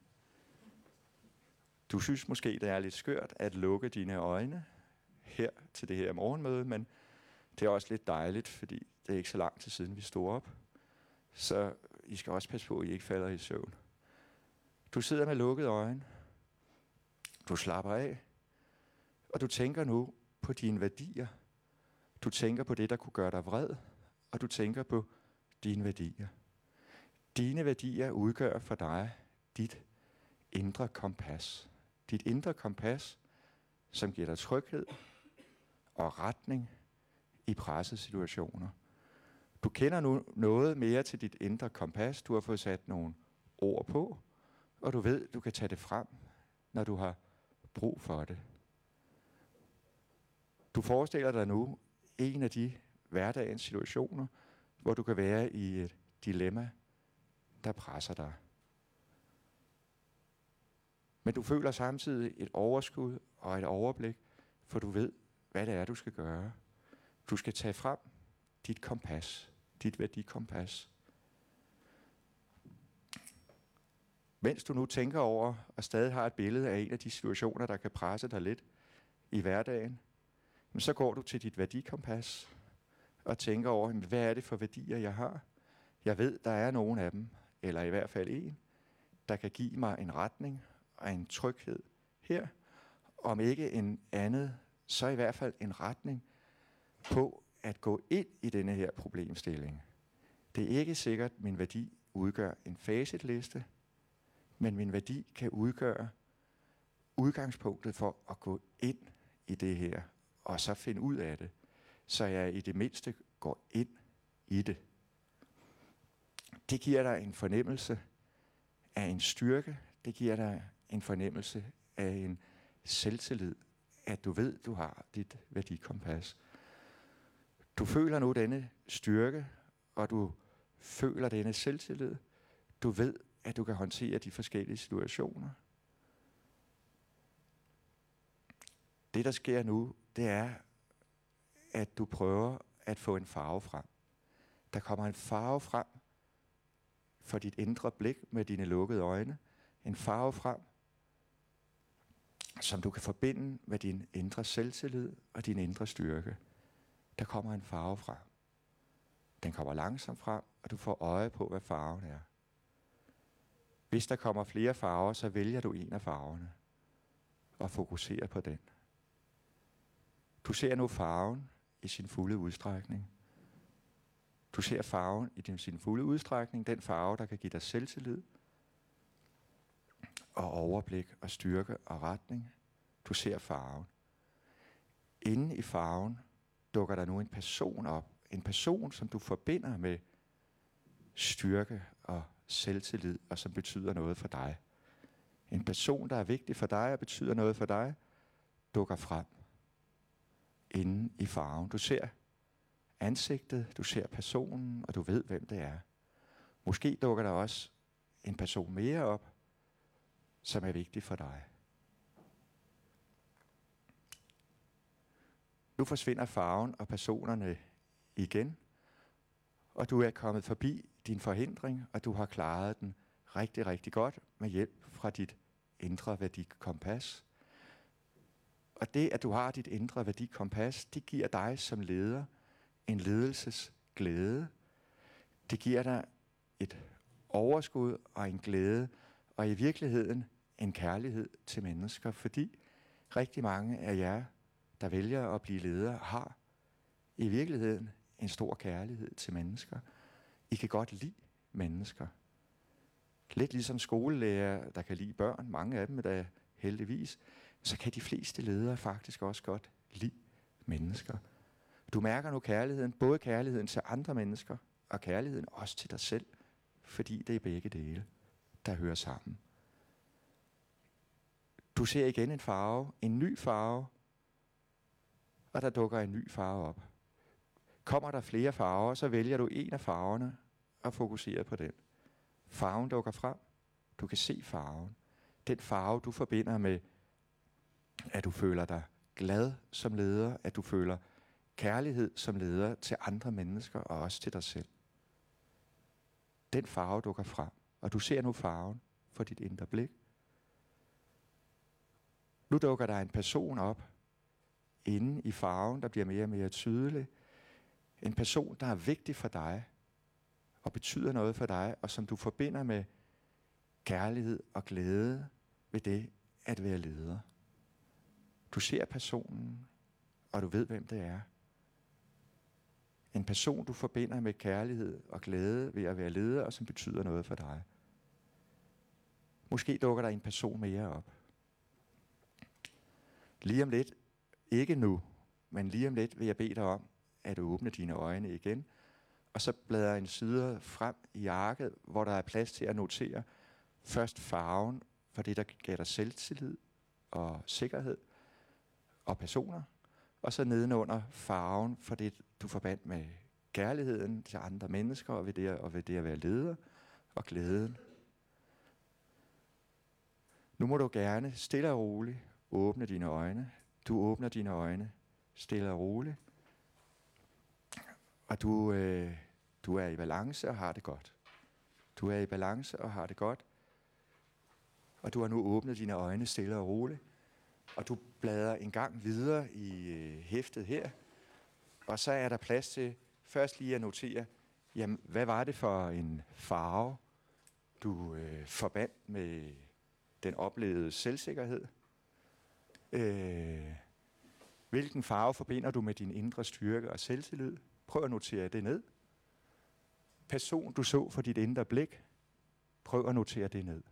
Du synes måske, det er lidt skørt at lukke dine øjne her til det her morgenmøde, men det er også lidt dejligt, fordi det er ikke så lang tid siden, vi stod op. Så I skal også passe på, at I ikke falder i søvn. Du sidder med lukkede øjne. Du slapper af. Og du tænker nu på dine værdier. Du tænker på det, der kunne gøre dig vred. Og du tænker på dine værdier. Dine værdier udgør for dig dit indre kompas. Dit indre kompas, som giver dig tryghed og retning i pressede situationer. Du kender nu noget mere til dit indre kompas. Du har fået sat nogle ord på, og du ved, du kan tage det frem, når du har brug for det. Du forestiller dig nu en af de hverdagens situationer, hvor du kan være i et dilemma, der presser dig. Men du føler samtidig et overskud og et overblik, for du ved, hvad det er, du skal gøre. Du skal tage frem dit kompas, dit værdikompas. Mens du nu tænker over, og stadig har et billede af en af de situationer, der kan presse dig lidt i hverdagen, så går du til dit værdikompas og tænker over, hvad er det for værdier, jeg har? Jeg ved, der er nogen af dem, eller i hvert fald en, der kan give mig en retning og en tryghed her. Om ikke en andet, så i hvert fald en retning på at gå ind i denne her problemstilling. Det er ikke sikkert, at min værdi udgør en facitliste, men min værdi kan udgøre udgangspunktet for at gå ind i det her, og så finde ud af det, så jeg i det mindste går ind i det. Det giver dig en fornemmelse af en styrke, det giver dig en fornemmelse af en selvtillid, at du ved, du har dit værdikompas. Du føler nu denne styrke, og du føler denne selvtillid. Du ved, at du kan håndtere de forskellige situationer. Det, der sker nu, det er, at du prøver at få en farve frem. Der kommer en farve frem for dit indre blik med dine lukkede øjne. En farve frem, som du kan forbinde med din indre selvtillid og din indre styrke. Der kommer en farve frem. Den kommer langsomt frem, og du får øje på, hvad farven er. Hvis der kommer flere farver, så vælger du en af farverne og fokuserer på den. Du ser nu farven i sin fulde udstrækning. Du ser farven i din, sin fulde udstrækning, den farve, der kan give dig selvtillid og overblik og styrke og retning. Du ser farven. Inde i farven dukker der nu en person op. En person, som du forbinder med styrke og selvtillid, og som betyder noget for dig. En person, der er vigtig for dig og betyder noget for dig, dukker frem inde i farven. Du ser ansigtet, du ser personen, og du ved, hvem det er. Måske dukker der også en person mere op, som er vigtig for dig. Nu forsvinder farven og personerne igen, og du er kommet forbi din forhindring, og du har klaret den rigtig, rigtig godt med hjælp fra dit indre værdikompas. Og det, at du har dit indre værdikompas, det giver dig som leder en ledelsesglæde. Det giver dig et overskud og en glæde, og i virkeligheden en kærlighed til mennesker, fordi rigtig mange af jer, der vælger at blive ledere, har i virkeligheden en stor kærlighed til mennesker. I kan godt lide mennesker. Lidt ligesom skolelærer, der kan lide børn, mange af dem er der heldigvis, så kan de fleste ledere faktisk også godt lide mennesker. Du mærker nu kærligheden, både kærligheden til andre mennesker, og kærligheden også til dig selv, fordi det er begge dele, der hører sammen. Du ser igen en farve, en ny farve, og der dukker en ny farve op. Kommer der flere farver, så vælger du en af farverne og fokuserer på den. Farven dukker frem. Du kan se farven. Den farve, du forbinder med, at du føler dig glad som leder, at du føler kærlighed som leder til andre mennesker og også til dig selv. Den farve dukker frem, og du ser nu farven for dit indre blik. Nu dukker der en person op inde i farven, der bliver mere og mere tydelig. En person, der er vigtig for dig og betyder noget for dig, og som du forbinder med kærlighed og glæde ved det at være leder. Du ser personen, og du ved, hvem det er. En person, du forbinder med kærlighed og glæde ved at være leder, og som betyder noget for dig. Måske dukker der en person mere op. Lige om lidt, ikke nu, men lige om lidt vil jeg bede dig om at åbne dine øjne igen, og så bladre en side frem i arket, hvor der er plads til at notere først farven for det, der giver dig selvtillid og sikkerhed og personer, og så nedenunder farven for det, du forbandt med kærligheden til andre mennesker, og ved det, og ved det at være leder og glæden. Nu må du gerne stille og roligt åbne dine øjne. Du åbner dine øjne stille og roligt, og du, øh, du er i balance og har det godt. Du er i balance og har det godt, og du har nu åbnet dine øjne stille og roligt, og du bladrer en gang videre i øh, hæftet her, og så er der plads til først lige at notere, jamen, hvad var det for en farve, du øh, forbandt med den oplevede selvsikkerhed? Øh, hvilken farve forbinder du med din indre styrke og selvtillid? Prøv at notere det ned. Person, du så for dit indre blik. Prøv at notere det ned.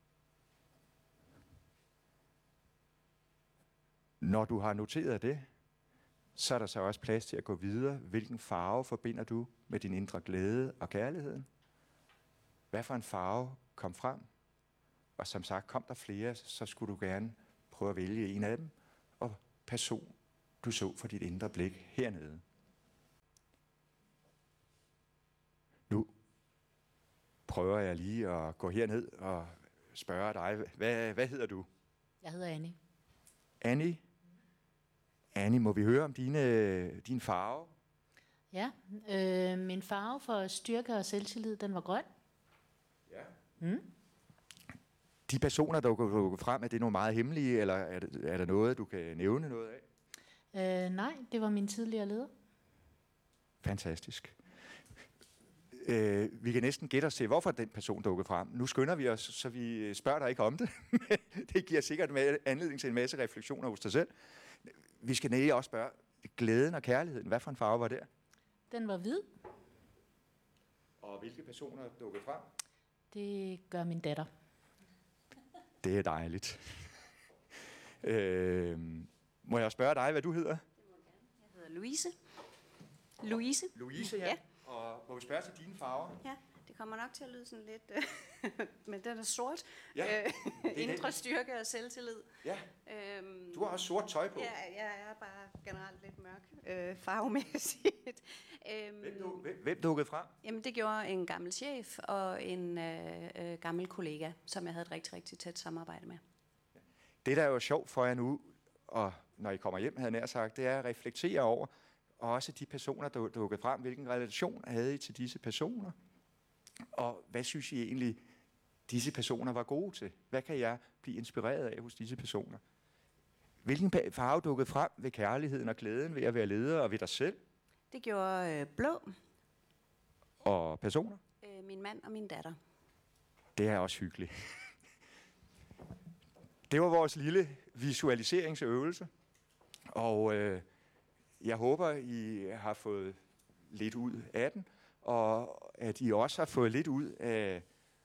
Når du har noteret det, så er der så også plads til at gå videre. Hvilken farve forbinder du med din indre glæde og kærligheden? Hvad for en farve kom frem? Og som sagt, kom der flere, så skulle du gerne prøve at vælge en af dem. Og person, du så for dit indre blik hernede. Nu prøver jeg lige at gå herned og spørge dig, hvad, hvad hedder du? Jeg hedder Annie. Annie? Annie, må vi høre om dine, din farve? Ja, øh, min farve for styrke og selvtillid, den var grøn. Ja. Mm. De personer, der går frem, er det nogle meget hemmelige, eller er, det, er der noget, du kan nævne noget af? Øh, nej, det var min tidligere leder. Fantastisk. Øh, vi kan næsten gætte os til, hvorfor den person dukkede frem. Nu skynder vi os, så vi spørger dig ikke om det. Det giver sikkert med anledning til en masse refleksioner hos dig selv. Vi skal nære også spørge, glæden og kærligheden, hvad for en farve var der? Den var hvid. Og hvilke personer dukkede frem? Det gør min datter. Det er dejligt. øh, må jeg spørge dig, hvad du hedder? Jeg hedder Louise. Louise. Louise, ja. Ja. Og må vi spørge til dine farver? Ja, det kommer nok til at lyde sådan lidt, øh, men den er sort. Ja, Øh, det er indre den. styrke og selvtillid. Ja. Øhm, Du har også sort tøj på. Ja, jeg er bare generelt lidt mørk øh, farvemæssigt. øhm, Hvem, du, hvem, hvem dukkede frem? Jamen, det gjorde en gammel chef og en øh, øh, gammel kollega, som jeg havde et rigtig, rigtig tæt samarbejde med. Det, der er jo sjovt for jer nu, og når I kommer hjem, havde jeg nær sagt, det er at reflektere over, og også de personer, der dukkede frem, hvilken relation havde I til disse personer? Og hvad synes I egentlig, disse personer var gode til? Hvad kan jeg blive inspireret af hos disse personer? Hvilken farve dukkede frem ved kærligheden og glæden ved at være leder og ved dig selv? Det gjorde øh, blå, Og personer? øh, min mand og min datter. Det er også hyggeligt. Det var vores lille visualiseringsøvelse, og øh, jeg håber, I har fået lidt ud af den, og at I også har fået lidt ud af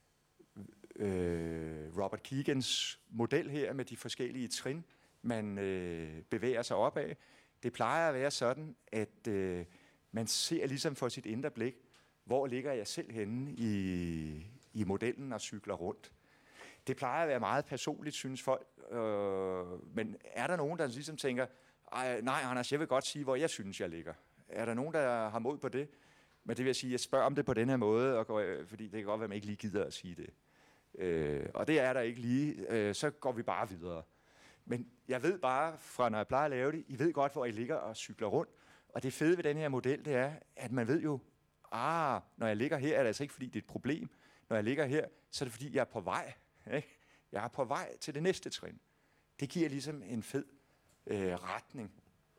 øh, Robert Keegans model her med de forskellige trin, man øh, bevæger sig op af. Det plejer at være sådan, at øh, man ser ligesom for sit indre blik, hvor ligger jeg selv henne i, i modellen og cykler rundt. Det plejer at være meget personligt, synes folk, øh, men er der nogen, der ligesom tænker, nej Anders, jeg vil godt sige, hvor jeg synes, jeg ligger. Er der nogen, der har mod på det? Men det vil jeg sige, jeg spørger om det på den her måde, og går, fordi det kan godt være, at man ikke lige gider at sige det. Øh, og det er der ikke lige, øh, så går vi bare videre. Men jeg ved bare, fra når jeg plejer at lave det, I ved godt, hvor I ligger og cykler rundt. Og det fede ved den her model, det er, at man ved jo, ah, når jeg ligger her, er det altså ikke, fordi det er et problem. Når jeg ligger her, så er det, fordi jeg er på vej. Ikke? Jeg er på vej til det næste trin. Det giver ligesom en fed øh, retning.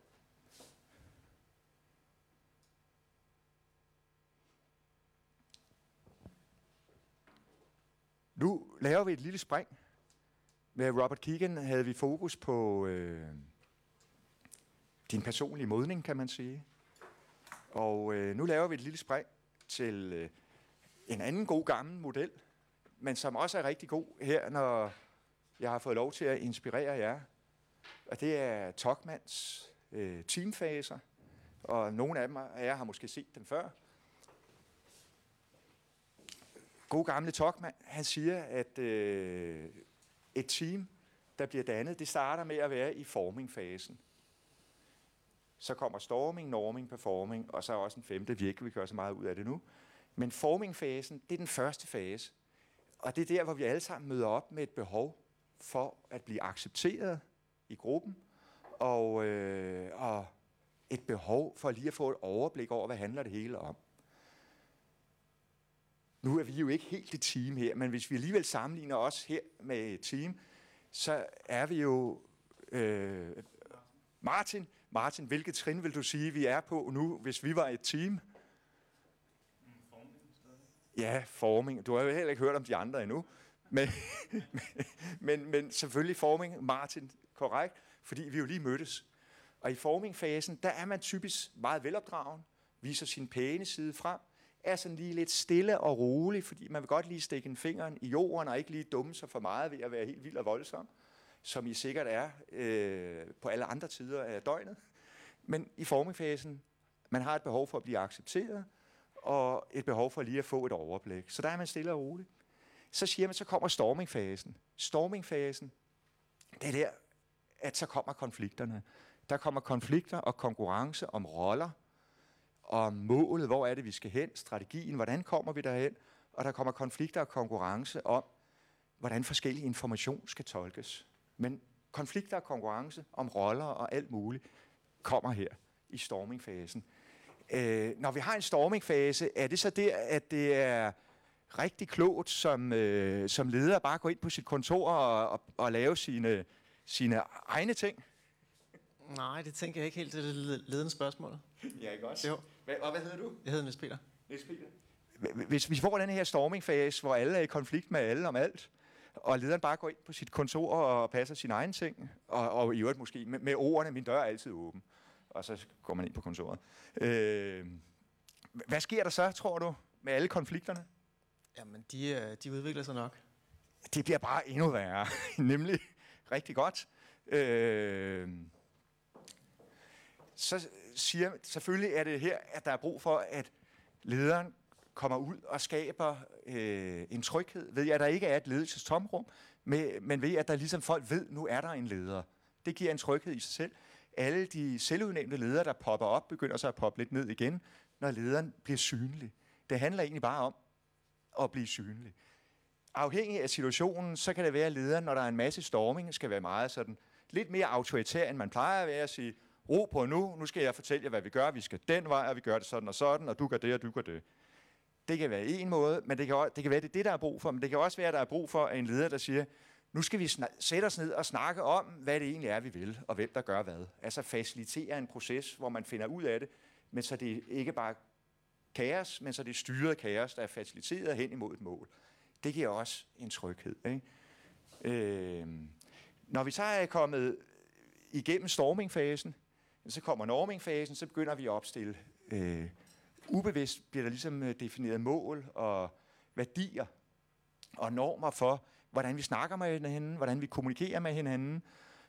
Nu laver vi et lille spring. Med Robert Keegan havde vi fokus på øh, din personlige modning, kan man sige. Og øh, nu laver vi et lille spring til øh, en anden god gammel model, men som også er rigtig god her, når jeg har fået lov til at inspirere jer. Og det er Tokmanns øh, teamfaser, og nogle af dem af jer har måske set dem før. God gamle Tokmann, han siger, at øh, et team, der bliver dannet, det starter med at være i formingfasen. Så kommer storming, norming, performing, og så også en femte, vi ikke vil gøre så meget ud af det nu. Men formingfasen, det er den første fase. Og det er der, hvor vi alle sammen møder op med et behov for at blive accepteret i gruppen, og, øh, og et behov for lige at få et overblik over, hvad handler det hele om. Nu er vi jo ikke helt et team her, men hvis vi alligevel sammenligner os her med et team, så er vi jo... Øh, Martin, Martin, hvilket trin vil du sige, vi er på nu, hvis vi var et team? Ja, forming. Du har jo heller ikke hørt om de andre endnu. Men, men, men selvfølgelig forming, Martin, korrekt, fordi vi jo lige mødtes. Og i formingfasen, der er man typisk meget velopdragen, viser sin pæne side frem, er sådan lige lidt stille og rolig, fordi man vil godt lige stikke en fingeren i jorden, og ikke lige dumme sig for meget ved at være helt vild og voldsom, som I sikkert er øh, på alle andre tider af døgnet. Men i formingfasen, man har et behov for at blive accepteret, og et behov for lige at få et overblik. Så der er man stille og rolig. Så siger man, så kommer stormingfasen. Stormingfasen, det er der, at så kommer konflikterne. Der kommer konflikter og konkurrence om roller, om målet, hvor er det, vi skal hen, strategien, hvordan kommer vi derhen, og der kommer konflikter og konkurrence om, hvordan forskellige information skal tolkes. Men konflikter og konkurrence om roller og alt muligt kommer her i stormingfasen. Øh, når vi har en stormingfase, er det så der, at det er rigtig klogt som, øh, som leder bare gå ind på sit kontor og, og, og lave sine, sine egne ting? Nej, det tænker jeg ikke helt til det ledende spørgsmål. Ja, ikke også? Jo. Hvad, og hvad hedder du? Jeg hedder Niels Peter. Niels Peter. Hvis vi får den her stormingfase, hvor alle er i konflikt med alle om alt, og lederen bare går ind på sit kontor og passer sine egne ting, og, og i øvrigt måske med, med ordene, min dør er altid åben, og så går man ind på kontoret. Øh, hvad sker der så, tror du, med alle konflikterne? Jamen, de, de udvikler sig nok. Det bliver bare endnu værre, nemlig rigtig godt. Øh, så siger selvfølgelig er det her, at der er brug for, at lederen kommer ud og skaber øh, en tryghed, ved at der ikke er et ledelsestomrum, men ved at der ligesom folk ved, nu er der en leder. Det giver en tryghed i sig selv. Alle de selvudnævnte ledere, der popper op, begynder så at poppe lidt ned igen, når lederen bliver synlig. Det handler egentlig bare om at blive synlig. Afhængig af situationen, så kan det være, at lederen, når der er en masse storming, skal være meget sådan, lidt mere autoritær, end man plejer at være, at sige, ro på nu, nu skal jeg fortælle jer, hvad vi gør, vi skal den vej, og vi gør det sådan og sådan, og du gør det, og du gør det. Det kan være en måde, men det kan, også, det kan være, det er det, der er brug for, men det kan også være, at der er brug for en leder, der siger, nu skal vi sætte os ned og snakke om, hvad det egentlig er, vi vil, og hvem der gør hvad. Altså facilitere en proces, hvor man finder ud af det, men så det ikke bare kaos, men så det er styret kaos, der er faciliteret hen imod et mål. Det giver også en tryghed. Ikke? Øh, når vi så er kommet igennem stormingfasen, så kommer normingfasen, så begynder vi at opstille. Øh, ubevidst bliver der ligesom defineret mål og værdier og normer for, hvordan vi snakker med hinanden, hvordan vi kommunikerer med hinanden,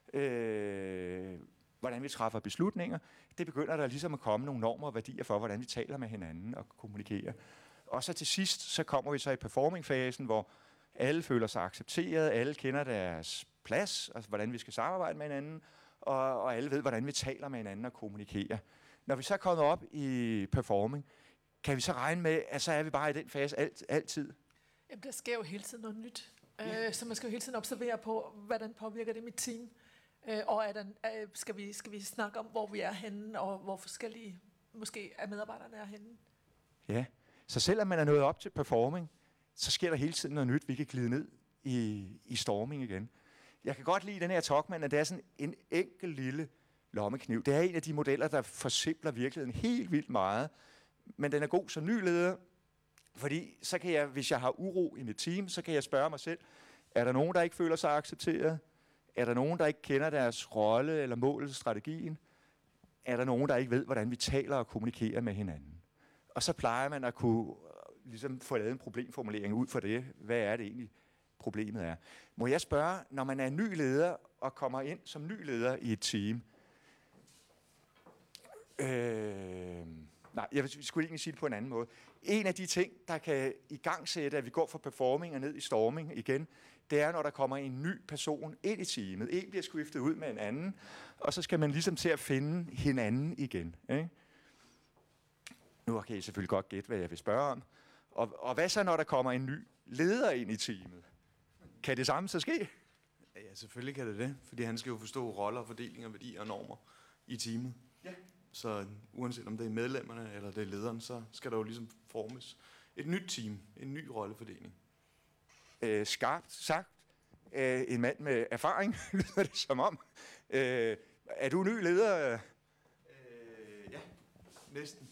øh, hvordan vi træffer beslutninger. Det begynder der ligesom at komme nogle normer og værdier for, hvordan vi taler med hinanden og kommunikerer. Og så til sidst, så kommer vi så i performingfasen, hvor alle føler sig accepteret, alle kender deres plads, altså hvordan vi skal samarbejde med hinanden, og, og alle ved, hvordan vi taler med hinanden og kommunikerer. Når vi så er kommet op i performing, kan vi så regne med, at så er vi bare i den fase alt, altid? Jamen, der sker jo hele tiden noget nyt. Ja. Øh, så man skal jo hele tiden observere på, hvordan påvirker det mit team. Øh, og er der, øh, skal, vi, skal vi snakke om, hvor vi er henne, og hvor forskellige måske er medarbejderne er henne. Ja, så selvom man er nået op til performing, så sker der hele tiden noget nyt, vi kan glide ned i, i storming igen. Jeg kan godt lide den her Tokmann, at det er sådan en enkel lille lommekniv. Det er en af de modeller, der forsimpler virkeligheden helt vildt meget, men den er god som ny leder, fordi så kan jeg, hvis jeg har uro i mit team, så kan jeg spørge mig selv, er der nogen, der ikke føler sig accepteret? Er der nogen, der ikke kender deres rolle eller mål, strategien? er der nogen, der ikke ved, hvordan vi taler og kommunikerer med hinanden. Og så plejer man at kunne øh, ligesom få lavet en problemformulering ud for det. Hvad er det egentlig, problemet er? Må jeg spørge, når man er ny leder og kommer ind som ny leder i et team, øh, nej, jeg skulle egentlig sige det på en anden måde. En af de ting, der kan igangsætte, at vi går fra performing og ned i storming igen, det er, når der kommer en ny person ind i teamet. En bliver skiftet ud med en anden, og så skal man ligesom til at finde hinanden igen. Ikke? Nu kan I selvfølgelig godt gætte, hvad jeg vil spørge om. Og, og hvad så, når der kommer en ny leder ind i teamet? Kan det samme så ske? Ja, selvfølgelig kan det det, fordi han skal jo forstå roller, fordelinger, værdier og normer i teamet. Ja. Så uanset om det er medlemmerne eller det er lederen, så skal der jo ligesom formes et nyt team, en ny rollefordeling. Øh, skarpt sagt, øh, en mand med erfaring, lyder det som om. Øh, er du ny leder? Øh, ja, næsten.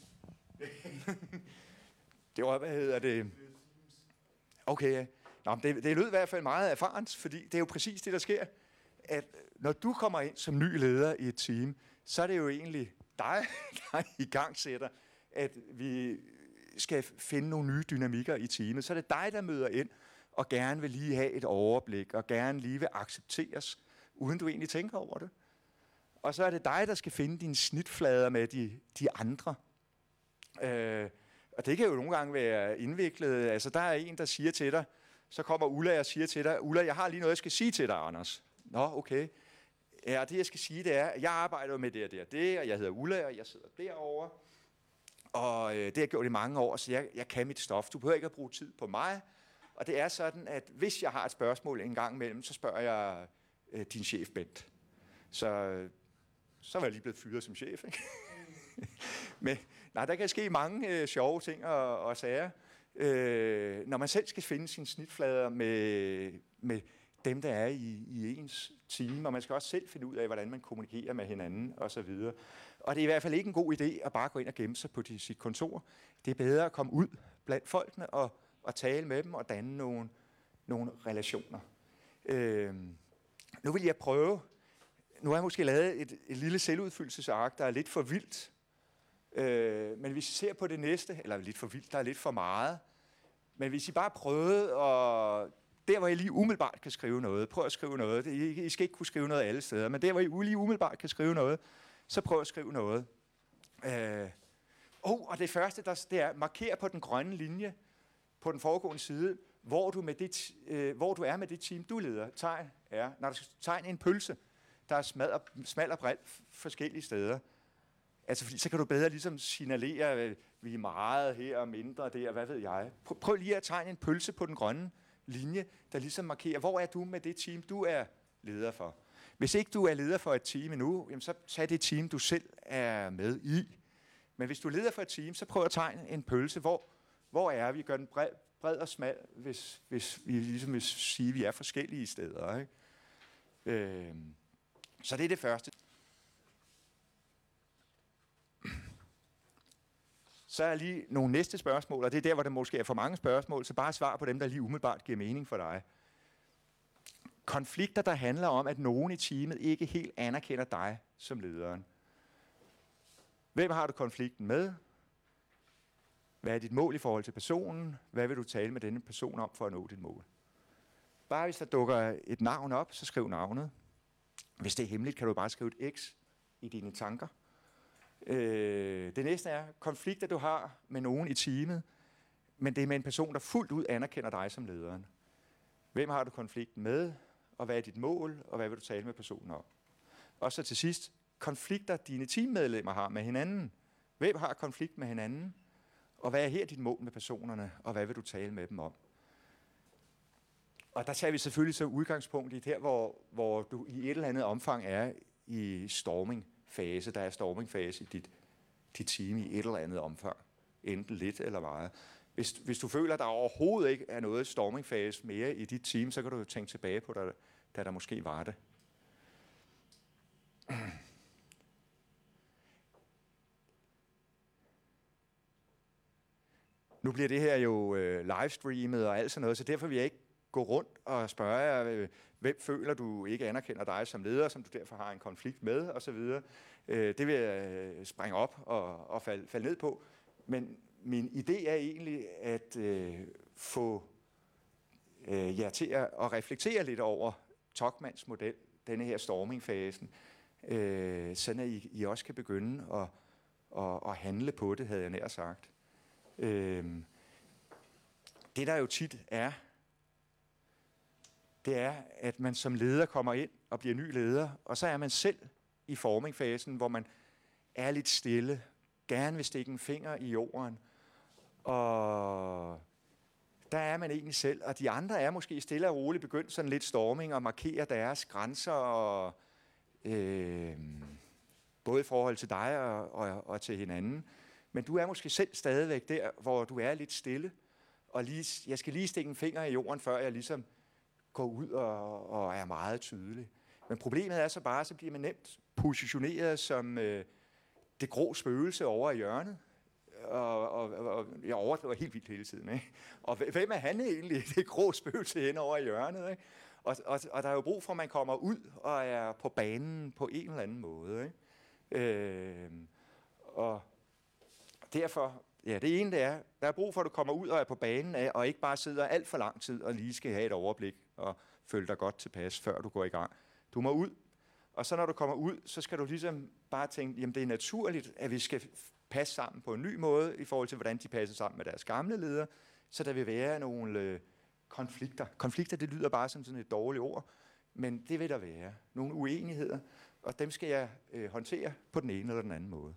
Det var, hvad hedder det? Okay, Nå, det, det lød i hvert fald meget erfarent, fordi det er jo præcis det, der sker. At når du kommer ind som ny leder i et team, så er det jo egentlig dig, der i gang sætter, at vi skal finde nogle nye dynamikker i teamet. Så er det dig, der møder ind og gerne vil lige have et overblik, og gerne lige vil accepteres, uden du egentlig tænker over det. Og så er det dig, der skal finde dine snitflader med de, de andre. Øh, og det kan jo nogle gange være indviklet. Altså, der er en, der siger til dig, så kommer Ulla og siger til dig, Ulla, jeg har lige noget, jeg skal sige til dig, Anders. Nå, okay. Ja, det jeg skal sige, det er, at jeg arbejder med det og det og det, og jeg hedder Ulla, og jeg sidder derovre. Og øh, det har jeg gjort i mange år, så jeg, jeg kan mit stof. Du behøver ikke at bruge tid på mig. Og det er sådan, at hvis jeg har et spørgsmål en gang imellem, så spørger jeg øh, din chef, Bent. Så, øh, så var jeg lige blevet fyret som chef, ikke? Men nej, der kan ske mange øh, sjove ting og, og sager. Øh, når man selv skal finde sine snitflader med, med dem, der er i, i ens team, og man skal også selv finde ud af, hvordan man kommunikerer med hinanden osv. Og det er i hvert fald ikke en god idé at bare gå ind og gemme sig på de, sit kontor. Det er bedre at komme ud blandt folkene og, og tale med dem og danne nogle, nogle relationer. Øh, nu vil jeg prøve. Nu har jeg måske lavet et, et lille selvudfyldelsesark, der er lidt for vildt. Øh, men hvis I ser på det næste, eller lidt for vildt, der er lidt for meget. Men hvis I bare prøvede, og der hvor I lige umiddelbart kan skrive noget, prøv at skrive noget. I, I skal ikke kunne skrive noget alle steder, men der hvor I lige umiddelbart kan skrive noget, så prøv at skrive noget. Øh, oh, og det første, der, det er, marker på den grønne linje på den foregående side, hvor du, med det, øh, hvor du er med det team, du leder. Tegn er, når du skal tegne en pølse, der er smal og, smal og bred forskellige steder. Altså, fordi så kan du bedre ligesom signalere, at vi er meget her og mindre der, hvad ved jeg. Prøv, prøv lige at tegne en pølse på den grønne linje, der ligesom markerer, hvor er du med det team, du er leder for. Hvis ikke du er leder for et team endnu, jamen så tag det team, du selv er med i. Men hvis du er leder for et team, så prøv at tegne en pølse, hvor, hvor er vi? Gør den bred, bred og smal, hvis, hvis vi ligesom vil sige, at vi er forskellige steder. Ikke? Øh, så det er det første. Så er lige nogle næste spørgsmål, og det er der, hvor der måske er for mange spørgsmål, så bare svar på dem, der lige umiddelbart giver mening for dig. Konflikter, der handler om, at nogen i teamet ikke helt anerkender dig som lederen. Hvem har du konflikten med? Hvad er dit mål i forhold til personen? Hvad vil du tale med denne person om for at nå dit mål? Bare hvis der dukker et navn op, så skriv navnet. Hvis det er hemmeligt, kan du bare skrive et X i dine tanker. Øh, det næste er konflikter, du har med nogen i teamet, men det er med en person, der fuldt ud anerkender dig som lederen. Hvem har du konflikten med, og hvad er dit mål, og hvad vil du tale med personen om? Og så til sidst, konflikter dine teammedlemmer har med hinanden. Hvem har konflikt med hinanden, og hvad er her dit mål med personerne, og hvad vil du tale med dem om? Og der tager vi selvfølgelig så udgangspunkt i det her, hvor, hvor du i et eller andet omfang er i stormingfase. Der er stormingfase i dit, dit team i et eller andet omfang. Enten lidt eller meget. Hvis, hvis du føler, at der overhovedet ikke er noget stormingfase mere i dit team, så kan du jo tænke tilbage på, da, da der måske var det. Nu bliver det her jo øh, livestreamet og alt sådan noget, så derfor vil jeg ikke gå rundt og spørge jer, øh, hvem føler du ikke anerkender dig som leder, som du derfor har en konflikt med, osv. Øh, det vil jeg øh, springe op og, og falde, falde ned på. Men min idé er egentlig at øh, få øh, jer til at, at reflektere lidt over Tokmanns model, denne her stormingfasen, øh, sådan at I, I også kan begynde at, at, at handle på det, havde jeg nær sagt. Øh, det der jo tit er, det er, at man som leder kommer ind og bliver ny leder, og så er man selv i formingfasen, hvor man er lidt stille, gerne vil stikke en finger i jorden, og der er man egentlig selv, og de andre er måske stille og roligt begyndt sådan lidt storming og markere deres grænser, og, øh, både i forhold til dig og, og, og til hinanden. Men du er måske selv stadigvæk der, hvor du er lidt stille, og lige, jeg skal lige stikke en finger i jorden, før jeg ligesom går ud og, og er meget tydelig. Men problemet er så bare, så bliver man nemt positioneret som øh, det grå spøgelse over i hjørnet. Og, og, og jeg overdriver helt vildt hele tiden. Ikke? Og hvem er han egentlig, det grå spøgelse hen over i hjørnet? Ikke? Og, og, og der er jo brug for, at man kommer ud og er på banen på en eller anden måde. Ikke? Øh, og derfor, ja, det ene det er, der er brug for, at du kommer ud og er på banen af, og ikke bare sidder alt for lang tid og lige skal have et overblik og føle dig godt tilpas, før du går i gang. Du må ud, og så når du kommer ud, så skal du ligesom bare tænke, jamen det er naturligt, at vi skal passe sammen på en ny måde, i forhold til, hvordan de passer sammen med deres gamle ledere, så der vil være nogle øh, konflikter. Konflikter, det lyder bare som sådan et dårligt ord, men det vil der være. Nogle uenigheder, og dem skal jeg øh, håndtere på den ene eller den anden måde.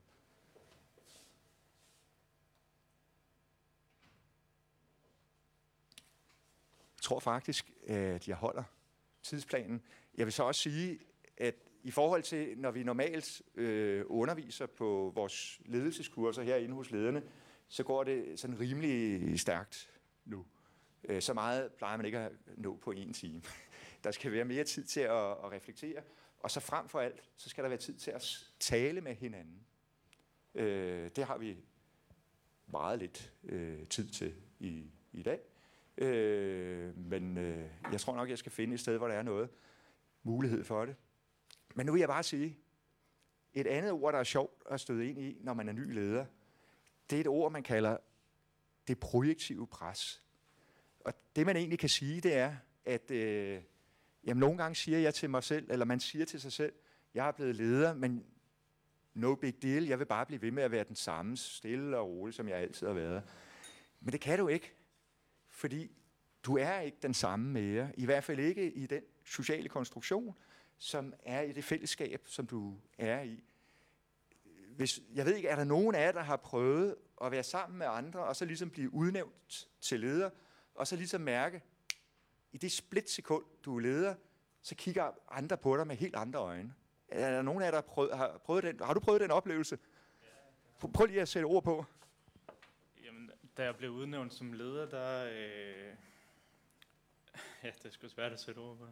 Jeg tror faktisk, at jeg holder tidsplanen. Jeg vil så også sige, at i forhold til, når vi normalt øh, underviser på vores ledelseskurser herinde hos lederne, så går det sådan rimelig stærkt nu. Øh, så meget plejer man ikke at nå på en time. Der skal være mere tid til at, at reflektere, og så frem for alt, så skal der være tid til at tale med hinanden. Øh, det har vi meget lidt øh, tid til i, i dag. Øh, men øh, jeg tror nok, jeg skal finde et sted, hvor der er noget mulighed for det. Men nu vil jeg bare sige, et andet ord, der er sjovt at støde ind i, når man er ny leder, det er et ord, man kalder det projektive pres. Og det, man egentlig kan sige, det er, at øh, jamen, nogle gange siger jeg til mig selv, eller man siger til sig selv, jeg er blevet leder, men no big deal, jeg vil bare blive ved med at være den samme, stille og rolig, som jeg altid har været. Men det kan du ikke, fordi du er ikke den samme mere, i hvert fald ikke i den sociale konstruktion, som er i det fællesskab, som du er i. Hvis, jeg ved ikke, er der nogen af jer, der har prøvet at være sammen med andre, og så ligesom blive udnævnt til leder, og så ligesom mærke, i det splitsekund, du er leder, så kigger andre på dig med helt andre øjne. Er der nogen af jer, der har prøvet, har prøvet den? Har du prøvet den oplevelse? Prøv lige at sætte ord på. Jamen, da jeg blev udnævnt som leder, der... Øh... Ja, det er sgu svært at sætte ord på.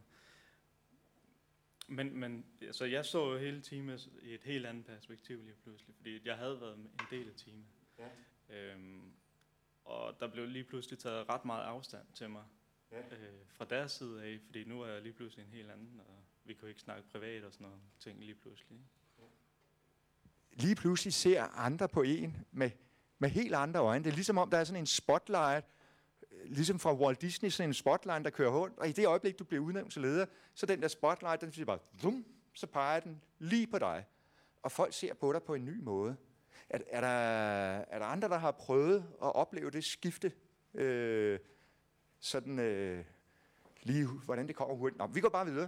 Men, men altså, jeg så jo hele teamet i et helt andet perspektiv lige pludselig, fordi jeg havde været en del af teamet. Ja. Øhm, og der blev lige pludselig taget ret meget afstand til mig, ja. øh, fra deres side af, fordi nu er jeg lige pludselig en helt anden, og vi kunne ikke snakke privat og sådan noget ting lige pludselig. Ja. Lige pludselig ser andre på en med, med helt andre øjne. Det er ligesom om, der er sådan en spotlight, ligesom fra Walt Disney, sådan en spotlight, der kører rundt, og i det øjeblik, du bliver udnævnt til leder, så den der spotlight, den siger bare, zoom, så peger den lige på dig. Og folk ser på dig på en ny måde. Er, er, der, er der andre, der har prøvet at opleve det skifte? Øh, sådan øh, lige, hvordan det kommer hurtigt? Nå, vi går bare videre.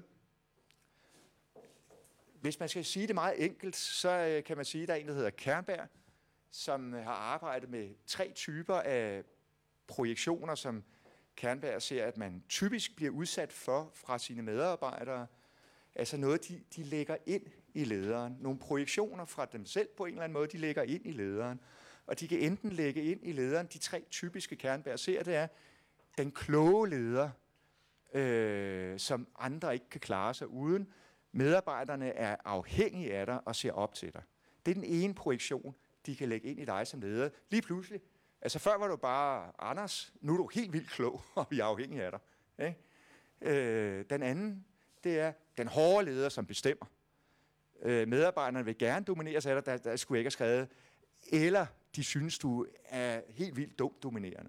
Hvis man skal sige det meget enkelt, så øh, kan man sige, at der er en, der hedder Kernberg, som har arbejdet med tre typer af projektioner, som Kernberg ser, at man typisk bliver udsat for fra sine medarbejdere. Altså noget, de, de lægger ind i lederen. Nogle projektioner fra dem selv på en eller anden måde, de lægger ind i lederen. Og de kan enten lægge ind i lederen, de tre typiske Kernberg ser, det er den kloge leder, øh, som andre ikke kan klare sig uden. Medarbejderne er afhængige af dig og ser op til dig. Det er den ene projektion, de kan lægge ind i dig som leder. Lige pludselig. Altså før var du bare Anders, nu er du helt vildt klog, og vi er afhængige af dig. Ikke? Øh, den anden, det er den hårde leder, som bestemmer. Øh, medarbejderne vil gerne dominere sig af dig, der, der skulle ikke have skrevet, eller de synes, du er helt vildt dumt dominerende.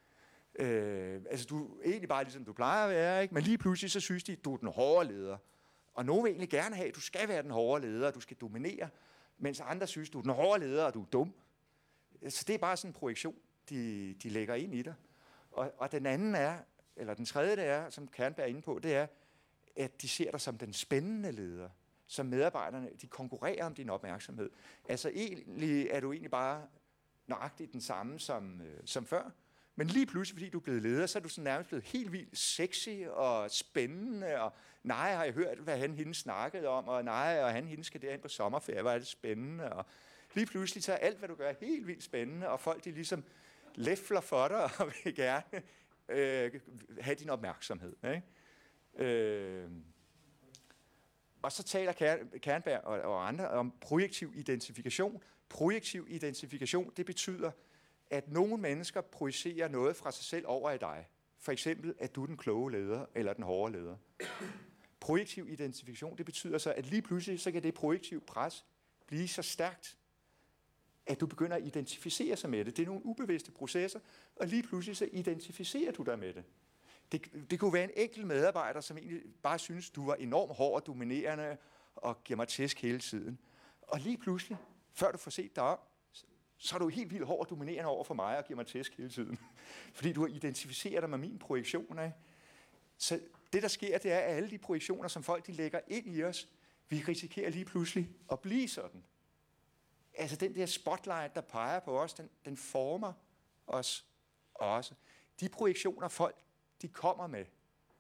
Øh, altså du er egentlig bare ligesom du plejer at være, ikke? Men lige pludselig så synes de, du er den hårde leder. Og nogen vil egentlig gerne have, at du skal være den hårde leder, og du skal dominere, mens andre synes, du er den hårde leder, og du er dum. Så det er bare sådan en projektion, de, de lægger ind i dig. Og, og den anden er, eller den tredje det er, som Kernberg er inde på, det er, at de ser dig som den spændende leder. Som medarbejderne, de konkurrerer om din opmærksomhed. Altså egentlig er du egentlig bare nøjagtigt den samme som, øh, som før. Men lige pludselig, fordi du er blevet leder, så er du sådan nærmest blevet helt vildt sexy og spændende. Og nej, har jeg hørt, hvad han hende snakkede om, og nej, og han hende skal derind på sommerferie, hvor er det spændende. Og lige pludselig så er alt, hvad du gør, helt vildt spændende, og folk de ligesom læfler for dig og vil gerne øh, have din opmærksomhed. Ikke? Øh, og så taler Kernberg og, og andre om projektiv identifikation. Projektiv identifikation, det betyder, at nogle mennesker projicerer noget fra sig selv over i dig. For eksempel, at du er den kloge leder, eller den hårde leder. Projektiv identifikation, det betyder så, at lige pludselig, så kan det projektiv pres blive så stærkt, at du begynder at identificere sig med det. Det er nogle ubevidste processer, og lige pludselig så identificerer du dig med det. Det, det kunne være en enkelt medarbejder, som egentlig bare synes, du var enormt hård og dominerende, og giver mig tæsk hele tiden. Og lige pludselig, før du får set dig om, så er du helt vildt hård og dominerende over for mig og giver mig tæsk hele tiden. Fordi du har identificeret dig med min projektion. Ikke? Så det, der sker, det er, at alle de projektioner, som folk de lægger ind i os, vi risikerer lige pludselig at blive sådan. Altså den der spotlight, der peger på os, den, den former os også. De projektioner, folk de kommer med,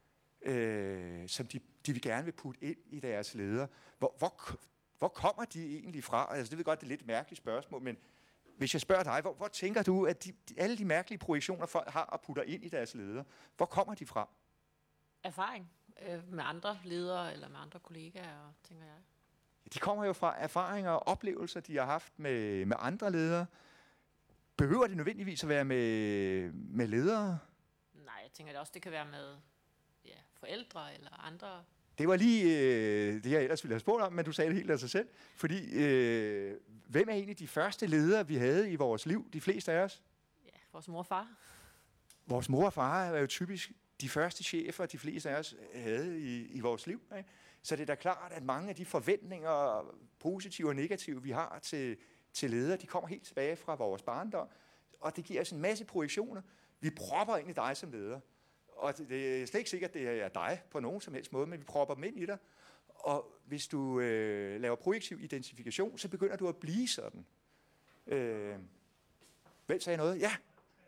øh, som de, de vil gerne vil putte ind i deres ledere, hvor, hvor, hvor kommer de egentlig fra? Altså det ved godt, det er lidt et mærkeligt spørgsmål, men hvis jeg spørger dig, hvor, hvor tænker du, at de, alle de mærkelige projektioner, folk har og putter ind i deres ledere, hvor kommer de fra? Erfaring øh, med andre ledere eller med andre kollegaer, tænker jeg. De kommer jo fra erfaringer og oplevelser, de har haft med, med andre ledere. Behøver det nødvendigvis at være med, med ledere? Nej, jeg tænker det også, det kan være med ja, forældre eller andre. Det var lige øh, det, jeg ellers ville have spurgt om, men du sagde det helt af sig selv. Fordi, øh, hvem er egentlig de første ledere, vi havde i vores liv, de fleste af os? Ja, vores mor og far. Vores mor og far er jo typisk de første chefer, de fleste af os havde i, i vores liv. Ikke? Så det er da klart, at mange af de forventninger, positive og negative, vi har til, til ledere, de kommer helt tilbage fra vores barndom. Og det giver os en masse projektioner. Vi propper ind i dig som leder. Og det, det er slet ikke sikkert, at det er dig på nogen som helst måde, men vi propper dem ind i dig. Og hvis du øh, laver projektiv identifikation, så begynder du at blive sådan. Øh, Hvem sagde noget? Ja.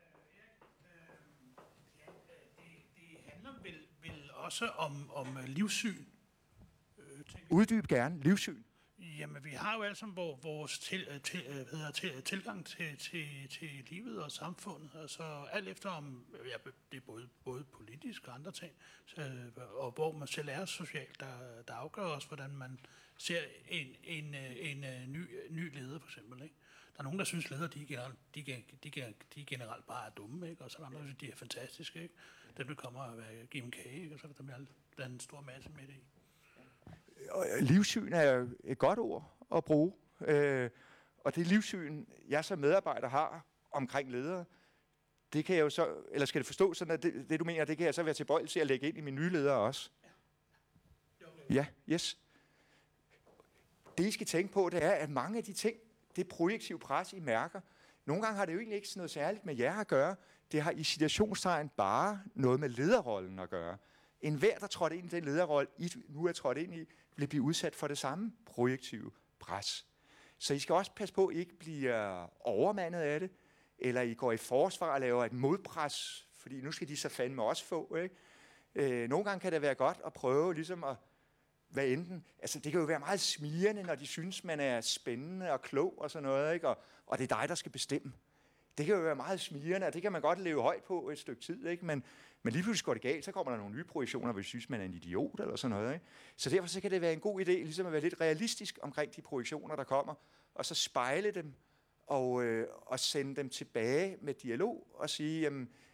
Det handler vel, vel også om, om livssyn. Uddyb gerne. Livssyn. Jamen, vi har jo alle sammen vores til, til, hvad hedder, til, tilgang til, til, til livet og samfundet. Altså alt efter om, ja, det er både, både politisk og andre ting, så, og hvor man selv er socialt, der, der afgør også, hvordan man ser en, en, en, en ny, ny leder, for eksempel. Ikke? Der er nogen, der synes, ledere, de er generelt, de, de, de generelt bare er dumme, ikke? Og så er der andre, der synes, de er fantastiske. Ikke? Dem, der kommer og give en kage, ikke? Og så er der, der er en stor masse med det i. Og livssyn er jo et godt ord at bruge. Øh, og det livssyn, jeg som medarbejder har omkring ledere, det kan jeg jo så, eller skal det forstå sådan, at det, det du mener, det kan jeg så være tilbøjelig til at lægge ind i mine nye ledere også? Ja, yes. Det I skal tænke på, det er, at mange af de ting, det projektive pres, I mærker, nogle gange har det jo egentlig ikke sådan noget særligt med jer at gøre. Det har i situationstegn bare noget med lederrollen at gøre. En hver, der trådte ind i den lederrolle, I nu er trådt ind i, vil blive udsat for det samme projektive pres. Så I skal også passe på, at I ikke bliver overmandet af det, eller I går i forsvar og laver et modpres, fordi nu skal de så fandme også få. Ikke? Øh, nogle gange kan det være godt at prøve ligesom at være enten, altså det kan jo være meget smirrende, når de synes, man er spændende og klog og sådan noget, ikke? Og, og det er dig, der skal bestemme. Det kan jo være meget smirrende, og det kan man godt leve højt på et stykke tid, ikke? Men, men lige pludselig går det galt, så kommer der nogle nye projektioner, hvor vi synes, man er en idiot eller sådan noget. Ikke? Så derfor så kan det være en god idé ligesom at være lidt realistisk omkring de projektioner, der kommer, og så spejle dem og, øh, og sende dem tilbage med dialog og sige, jamen,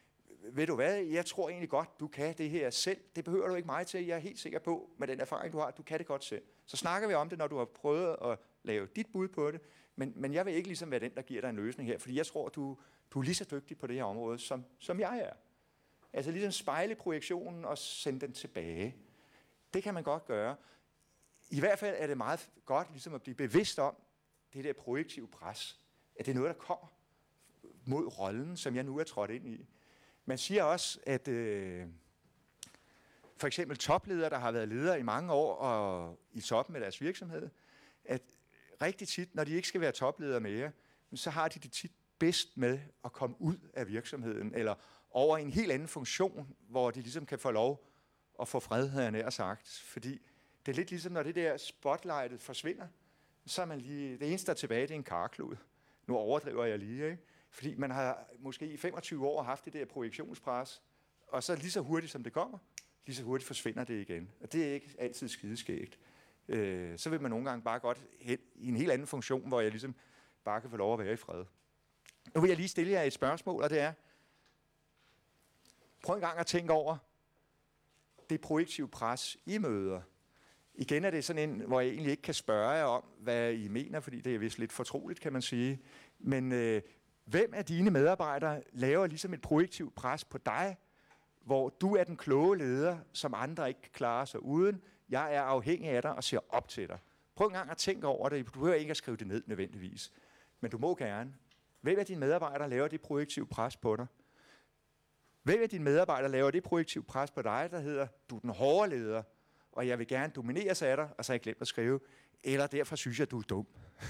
ved du hvad, jeg tror egentlig godt, du kan det her selv. Det behøver du ikke mig til. Jeg er helt sikker på, med den erfaring, du har, du kan det godt selv. Så snakker vi om det, når du har prøvet at lave dit bud på det. Men, men jeg vil ikke ligesom være den, der giver dig en løsning her, fordi jeg tror, du, du er lige så dygtig på det her område, som, som jeg er. Altså ligesom spejle projektionen og sende den tilbage. Det kan man godt gøre. I hvert fald er det meget godt ligesom at blive bevidst om det der projektive pres. At det er noget, der kommer mod rollen, som jeg nu er trådt ind i. Man siger også, at øh, for eksempel topledere, der har været ledere i mange år og i toppen med deres virksomhed, at rigtig tit, når de ikke skal være topledere mere, så har de det tit bedst med at komme ud af virksomheden, eller over i en helt anden funktion, hvor de ligesom kan få lov at få fred, havde jeg nær sagt. Fordi det er lidt ligesom, når det der spotlightet forsvinder, så er man lige, det eneste, der er tilbage, det er en karklud. Nu overdriver jeg lige, ikke? Fordi man har måske i femogtyve år haft det der projektionspres, og så lige så hurtigt, som det kommer, lige så hurtigt forsvinder det igen. Og det er ikke altid skideskægt. Øh, så vil man nogle gange bare godt hen i en helt anden funktion, hvor jeg ligesom bare kan få lov at være i fred. Nu vil jeg lige stille jer et spørgsmål, og det er, prøv en gang at tænke over det projektive pres, I møder. Igen er det sådan en, hvor jeg egentlig ikke kan spørge jer om, hvad I mener, fordi det er vist lidt fortroligt, kan man sige. Men øh, hvem af dine medarbejdere laver ligesom et projektivt pres på dig, hvor du er den kloge leder, som andre ikke kan klare sig uden? Jeg er afhængig af dig og ser op til dig. Prøv en gang at tænke over det. Du behøver ikke at skrive det ned nødvendigvis. Men du må gerne. Hvem af dine medarbejdere laver det projektivt pres på dig? Hvem af dine medarbejdere laver det projektivt pres på dig, der hedder, du er den hårde leder, og jeg vil gerne domineres af dig, og så har jeg glemt at skrive, eller derfor synes jeg, du er dum.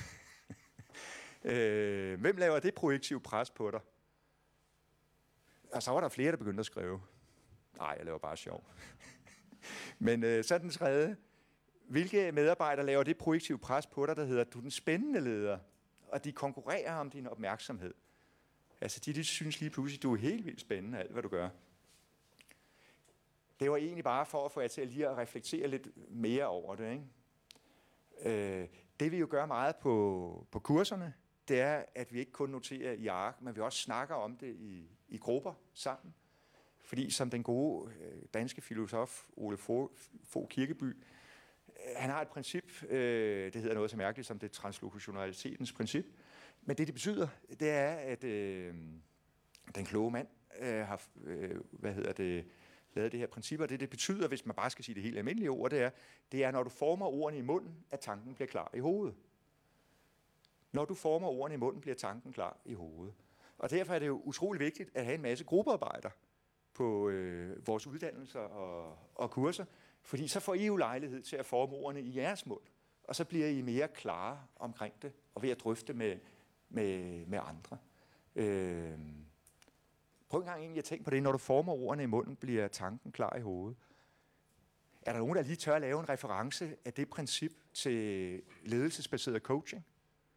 øh, hvem laver det projektivt pres på dig? Og så var der flere, der begyndte at skrive. Nej, jeg laver bare sjov. Men øh, så den tredje. Hvilke medarbejdere laver det projektivt pres på dig, der hedder, du er den spændende leder, og de konkurrerer om din opmærksomhed? Altså, de, de synes lige pludselig, du er helt vildt spændende, alt hvad du gør. Det var egentlig bare for at få jer til at lige at reflektere lidt mere over det, ikke? Øh, det vi jo gør meget på, på kurserne, det er, at vi ikke kun noterer i ark, men vi også snakker om det i, i grupper sammen. Fordi som den gode øh, danske filosof Ole Fogh Kirkeby, øh, han har et princip, øh, det hedder noget så mærkeligt som det translokationalitetens princip. Men det, det betyder, det er, at øh, den kloge mand øh, har øh, hvad hedder det, lavet det her princip, og det, det betyder, hvis man bare skal sige det helt almindelige ord, det er, det er, når du former ordene i munden, at tanken bliver klar i hovedet. Når du former ordene i munden, bliver tanken klar i hovedet. Og derfor er det jo utrolig vigtigt at have en masse gruppearbejder på øh, vores uddannelser og, og kurser, fordi så får I jo lejlighed til at forme ordene i jeres mund, og så bliver I mere klare omkring det, og ved at drøfte med, med, med andre. Øh, prøv en gang egentlig at tænke på det, når du former ordene i munden, bliver tanken klar i hovedet. Er der nogen, der lige tør at lave en reference af det princip til ledelsesbaseret coaching?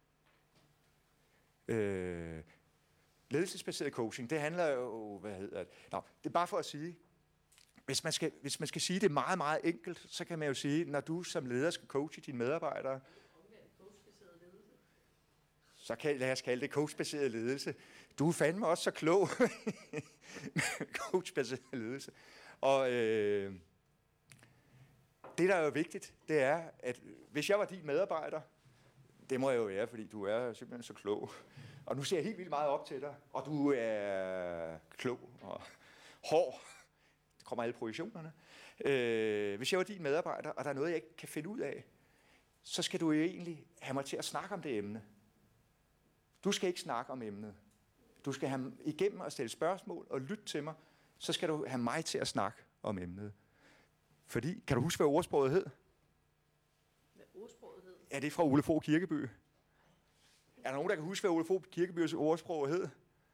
Øh, ledelsesbaseret coaching, det handler jo, hvad hedder det? Nå, det er bare for at sige, hvis man, skal, hvis man skal sige det meget, meget enkelt, så kan man jo sige, når du som leder skal coache dine medarbejdere, så kan, lad os kalde det coachbaseret ledelse. Du er fandme også så klog. Coachbaseret ledelse. Og øh, det, der er jo vigtigt, det er, at hvis jeg var din medarbejder, det må jeg jo være, fordi du er simpelthen så klog. Og nu ser jeg helt vildt meget op til dig, og du er klog og hård. Det kommer alle projektionerne. Øh, hvis jeg var din medarbejder, og der er noget, jeg ikke kan finde ud af, så skal du jo egentlig have mig til at snakke om det emne. Du skal ikke snakke om emnet. Du skal have igennem og stille spørgsmål og lytte til mig, så skal du have mig til at snakke om emnet. Fordi, kan du huske, hvad ordsproget hed? Hvad ordsproget hed? Ja, det er fra Ole Fogh Kirkeby. Er der nogen, der kan huske, hvad Ole Fogh Kirkebys ordsprog hed?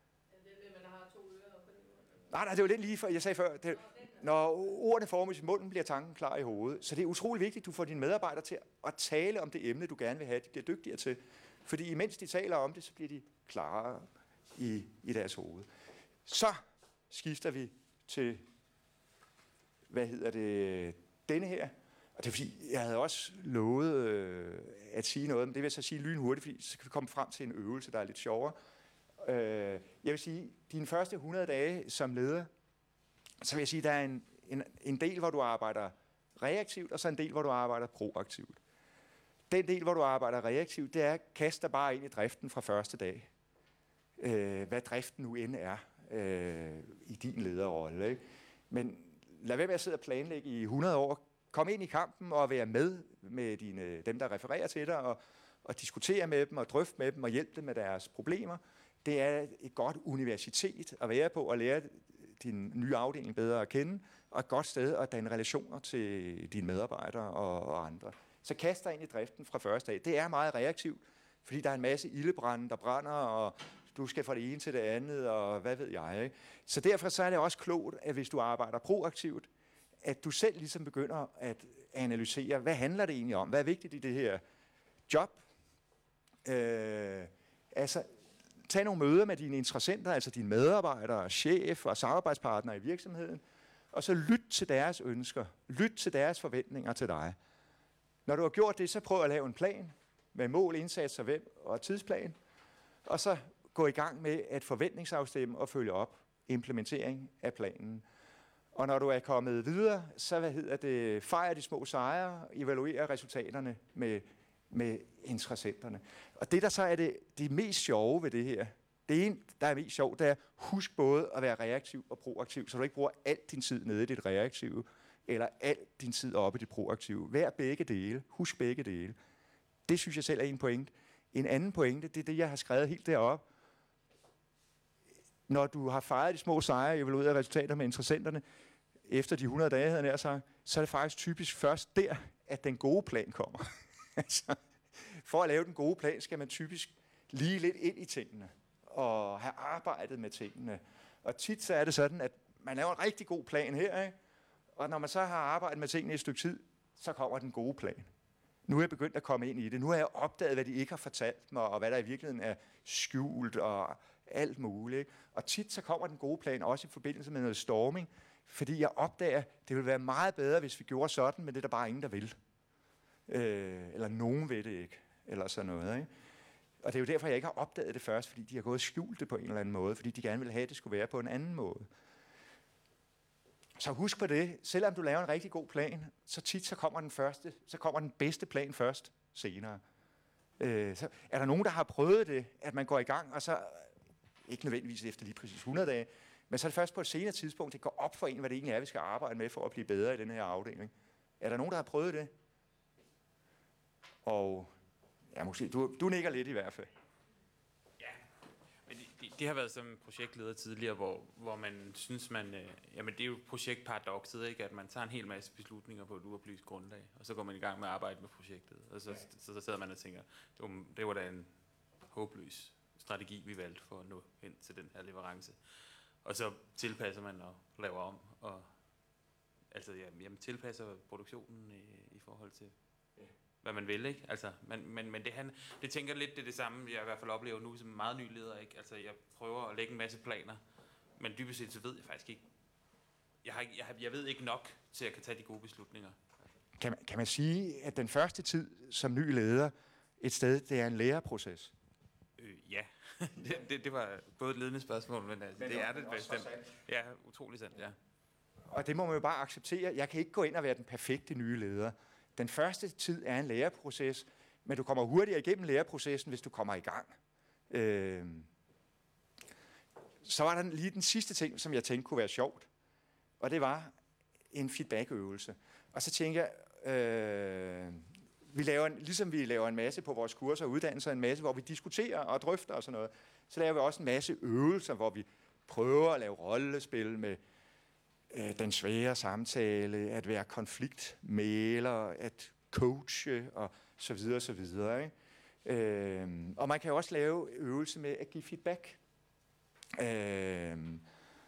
Nej, nej, det var lidt lige før, jeg sagde før. Det, når ordene formes i munden, bliver tanken klar i hovedet. Så det er utrolig vigtigt, at du får dine medarbejdere til at tale om det emne, du gerne vil have, de bliver dygtigere til. Fordi imens de taler om det, så bliver de klarere i, i deres hoved. Så skifter vi til, hvad hedder det, denne her. Og det er fordi, jeg havde også lovet øh, at sige noget, men det vil jeg så sige lynhurtigt, fordi så kan vi komme frem til en øvelse, der er lidt sjovere. Øh, jeg vil sige, dine første hundrede dage som leder, så vil jeg sige, at der er en, en, en del, hvor du arbejder reaktivt, og så en del, hvor du arbejder proaktivt. Den del, hvor du arbejder reaktivt, det er, at kaste dig bare ind i driften fra første dag. Øh, hvad driften nu end er øh, i din lederrolle. Ikke? Men lad være med at sidde og planlægge i hundrede år. Kom ind i kampen og være med med dine, dem, der refererer til dig, og, og diskutere med dem, og drøfte med dem, og hjælpe dem med deres problemer. Det er et godt universitet at være på, og lære din nye afdeling bedre at kende, og et godt sted at danne relationer til dine medarbejdere og, og andre. Så kast dig ind i driften fra første dag. Det er meget reaktivt, fordi der er en masse ildebrande, der brænder, og du skal fra det ene til det andet, og hvad ved jeg. Ikke? Så derfor så er det også klogt, at hvis du arbejder proaktivt, at du selv ligesom begynder at analysere, hvad handler det egentlig om? Hvad er vigtigt i det her job? Øh, altså, tag nogle møder med dine interessenter, altså dine medarbejdere, chef og samarbejdspartnere i virksomheden, og så lyt til deres ønsker, lyt til deres forventninger til dig. Når du har gjort det, så prøv at lave en plan med mål, indsatser, hvem og tidsplan, og så gå i gang med at forventningsafstemme og følge op implementering af planen. Og når du er kommet videre, så hvad hedder det, fejre de små sejre, evaluere resultaterne med, med interessenterne. Og det, der så er det, det mest sjove ved det her, det ene, der er mest sjovt, det er, husk både at være reaktiv og proaktiv, så du ikke bruger al din tid nede i dit reaktive, eller al din tid oppe i det proaktive. Vær begge dele. Husk begge dele. Det synes jeg selv er en pointe. En anden pointe, det er det, jeg har skrevet helt deroppe. Når du har fejret de små sejre, evalueret resultater med interessenterne, efter de hundrede dage, havde jeg nær sagt, så er det faktisk typisk først der, at den gode plan kommer. Altså, for at lave den gode plan, skal man typisk lige lidt ind i tingene, og have arbejdet med tingene. Og tit så er det sådan, at man laver en rigtig god plan her, ikke? Og når man så har arbejdet med tingene i et stykke tid, så kommer den gode plan. Nu er jeg begyndt at komme ind i det. Nu har jeg opdaget, hvad de ikke har fortalt mig, og hvad der i virkeligheden er skjult, og alt muligt. Ikke? Og tit så kommer den gode plan også i forbindelse med noget storming, fordi jeg opdager, at det ville være meget bedre, hvis vi gjorde sådan, men det er der bare ingen, der vil. Øh, eller nogen ved det ikke, eller sådan noget. Ikke? Og det er jo derfor, jeg ikke har opdaget det først, fordi de har gået og skjult det på en eller anden måde, fordi de gerne ville have, at det skulle være på en anden måde. Så husk på det, selvom du laver en rigtig god plan, så tit så kommer den første, så kommer den bedste plan først senere. Øh, så er der nogen, der har prøvet det, at man går i gang, og så, ikke nødvendigvis efter lige præcis hundrede dage, men så er det først på et senere tidspunkt, det går op for en, hvad det egentlig er, vi skal arbejde med for at blive bedre i den her afdeling. Er der nogen, der har prøvet det? Og ja, måske, du, du nikker lidt i hvert fald. Men det, det, det har været som projektleder tidligere, hvor, hvor man synes, man... Øh, jamen, det er jo projektparadokset, ikke? At man tager en hel masse beslutninger på et uoplyst grundlag, og så går man i gang med at arbejde med projektet. Og så, ja. så, så sidder man og tænker, det var, det var da en håbløs strategi, vi valgte for at nå hen til den her leverance. Og så tilpasser man og laver om, og altså, jamen, tilpasser produktionen i, i forhold til... hvad man vil, ikke? Altså, men, men, men det, han, det tænker lidt, det er det samme, jeg i hvert fald oplever nu som meget ny leder, ikke? Altså, jeg prøver at lægge en masse planer, men dybest set så ved jeg faktisk ikke, jeg, har ikke, jeg, jeg ved ikke nok til, at jeg kan tage de gode beslutninger. Kan man, kan man sige, at den første tid som ny leder et sted, det er en læreproces? Øh, ja, det, det, det var både et ledende spørgsmål, men, altså, men det er det bestemt. Ja, utrolig sandt, ja. Og det må man jo bare acceptere. Jeg kan ikke gå ind og være den perfekte nye leder. Den første tid er en læreproces, men du kommer hurtigere igennem læreprocessen, hvis du kommer i gang. Øh, så var der lige den sidste ting, som jeg tænkte kunne være sjovt, og det var en feedbackøvelse. Og så tænker jeg, øh, vi laver en, ligesom vi laver en masse på vores kurser og uddannelser, en masse, hvor vi diskuterer og drøfter og sådan noget, så laver vi også en masse øvelser, hvor vi prøver at lave rollespil med den svære samtale, at være konfliktmægler, at coache og så videre, så videre. Ikke? Øhm, og man kan jo også lave øvelse med at give feedback. Øhm,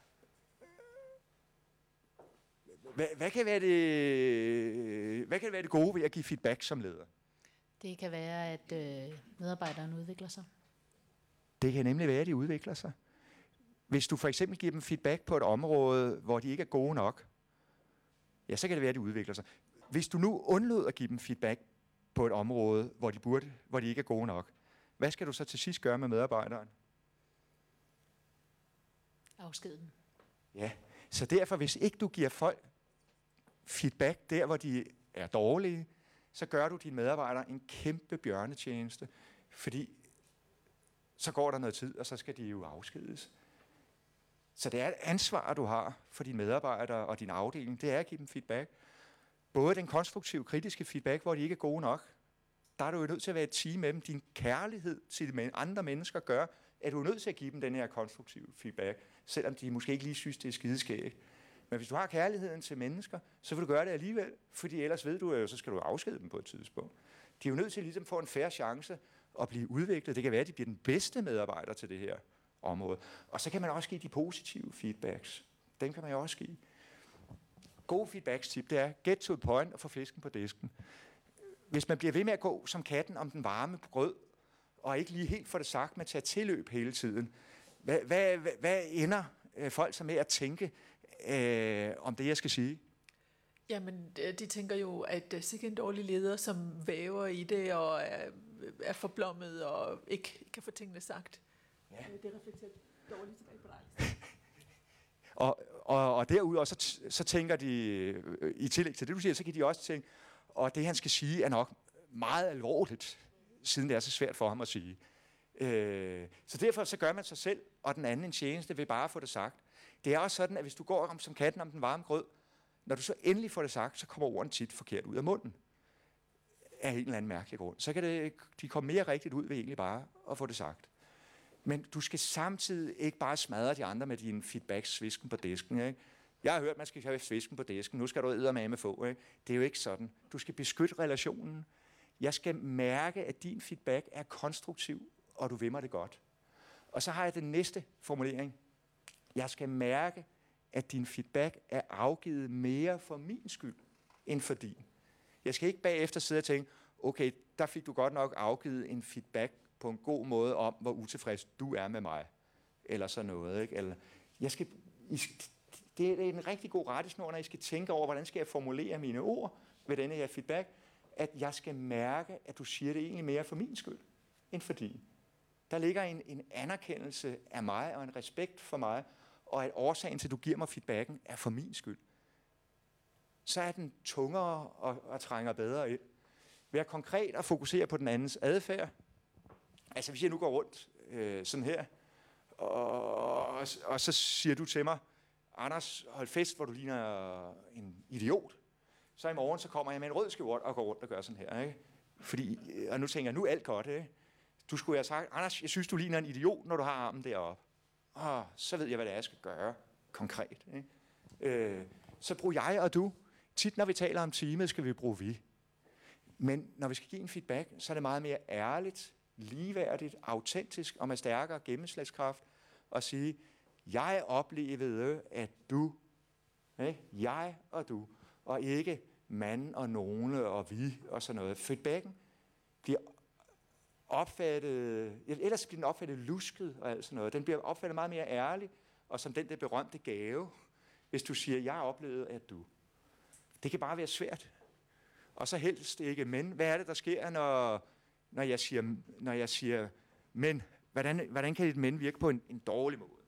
hvad, hvad, kan være det, hvad kan være det gode ved at give feedback som leder? Det kan være, at øh, medarbejderen udvikler sig. Det kan nemlig være, at de udvikler sig. Hvis du for eksempel giver dem feedback på et område, hvor de ikke er gode nok, ja, så kan det være, at de udvikler sig. Hvis du nu undlod at give dem feedback på et område, hvor de, burde, hvor de ikke er gode nok, hvad skal du så til sidst gøre med medarbejderen? Afsked dem. Ja, Så derfor, hvis ikke du giver folk feedback der, hvor de er dårlige, så gør du dine medarbejdere en kæmpe bjørnetjeneste, fordi så går der noget tid, og så skal de jo afskedes. Så det er et ansvar, du har for dine medarbejdere og din afdeling, det er at give dem feedback. Både den konstruktive, kritiske feedback, hvor de ikke er gode nok, der er du jo nødt til at være et team med dem. Din kærlighed til de andre mennesker gør, at du er nødt til at give dem den her konstruktive feedback, selvom de måske ikke lige synes, det er skideskægt. Men hvis du har kærligheden til mennesker, så vil du gøre det alligevel, fordi ellers ved du jo, så skal du afskede dem på et tidspunkt. De er jo nødt til ligesom at få en fair chance at blive udviklet. Det kan være, at de bliver den bedste medarbejder til det her område. Og så kan man også give de positive feedbacks. Den kan man jo også give. Gode feedbacks tip, det er get to the point og få fisken på disken. Hvis man bliver ved med at gå som katten om den varme grød, og ikke lige helt får det sagt, men tager tilløb hele tiden, hvad, hvad, hvad, hvad ender øh, folk så med at tænke øh, om det, jeg skal sige? Jamen, de tænker jo, at det er sikkert en dårlig leder, som væver i det, og er, er forblommet, og ikke kan få tingene sagt. Ja. Det reflekterer dårligt tilbage på dig. Og, og, og derudover, så, så tænker de, i tillæg til det, du siger, så kan de også tænke, og det, han skal sige, er nok meget alvorligt, siden det er så svært for ham at sige. Øh, så derfor så gør man sig selv, og den anden en tjeneste, ved bare at få det sagt. Det er også sådan, at hvis du går om som katten om den varme grød, når du så endelig får det sagt, så kommer ordene tit forkert ud af munden. Af en eller anden mærkelig grund. Så kan det, de komme mere rigtigt ud ved egentlig bare at få det sagt. Men du skal samtidig ikke bare smadre de andre med dine feedbacks, svisken på disken. Ikke? Jeg har hørt, at man skal have svisken på disken. Nu skal du eddermame få. Ikke? Det er jo ikke sådan. Du skal beskytte relationen. Jeg skal mærke, at din feedback er konstruktiv, og du vil mig det godt. Og så har jeg den næste formulering. Jeg skal mærke, at din feedback er afgivet mere for min skyld, end for din. Jeg skal ikke bagefter sidde og tænke, okay, der fik du godt nok afgivet en feedback på en god måde om, hvor utilfreds du er med mig. Eller sådan noget. Ikke? Eller, jeg skal, I skal, det er en rigtig god rettesnor, når I skal tænke over, hvordan skal jeg formulere mine ord ved denne her feedback, at jeg skal mærke, at du siger det egentlig mere for min skyld, end for din. Der ligger en, en anerkendelse af mig, og en respekt for mig, og at årsagen til, at du giver mig feedbacken, er for min skyld. Så er den tungere og, og trænger bedre ind. Vær konkret og fokusere på den andens adfærd. Altså hvis jeg nu går rundt øh, sådan her, og, og, og så siger du til mig, Anders, hold fest, hvor du ligner en idiot. Så i morgen, så kommer jeg med en rød skjort og går rundt og gør sådan her. Ikke? Fordi, og nu tænker jeg, nu er alt godt. Ikke? Du skulle have sagt, Anders, jeg synes, du ligner en idiot, når du har armen deroppe. Og så ved jeg, hvad det er, jeg skal gøre konkret. Ikke? Øh, så brug jeg og du. Tit, når vi taler om teamet, skal vi bruge vi. Men når vi skal give en feedback, så er det meget mere ærligt, ligeværdigt, autentisk og med stærkere gennemslagskraft at sige, jeg oplevede, at du, ikke? Jeg og du, og ikke mand og nogle og vi og sådan noget. Feedbacken bliver opfattet, ellers bliver den opfattet lusket og alt sådan noget. Den bliver opfattet meget mere ærlig, og som den der berømte gave, hvis du siger, jeg oplevede, at du. Det kan bare være svært. Og så helst ikke, men hvad er det, der sker, når, når, jeg, siger, når jeg siger, men hvordan, hvordan kan et men virke på en, en dårlig måde?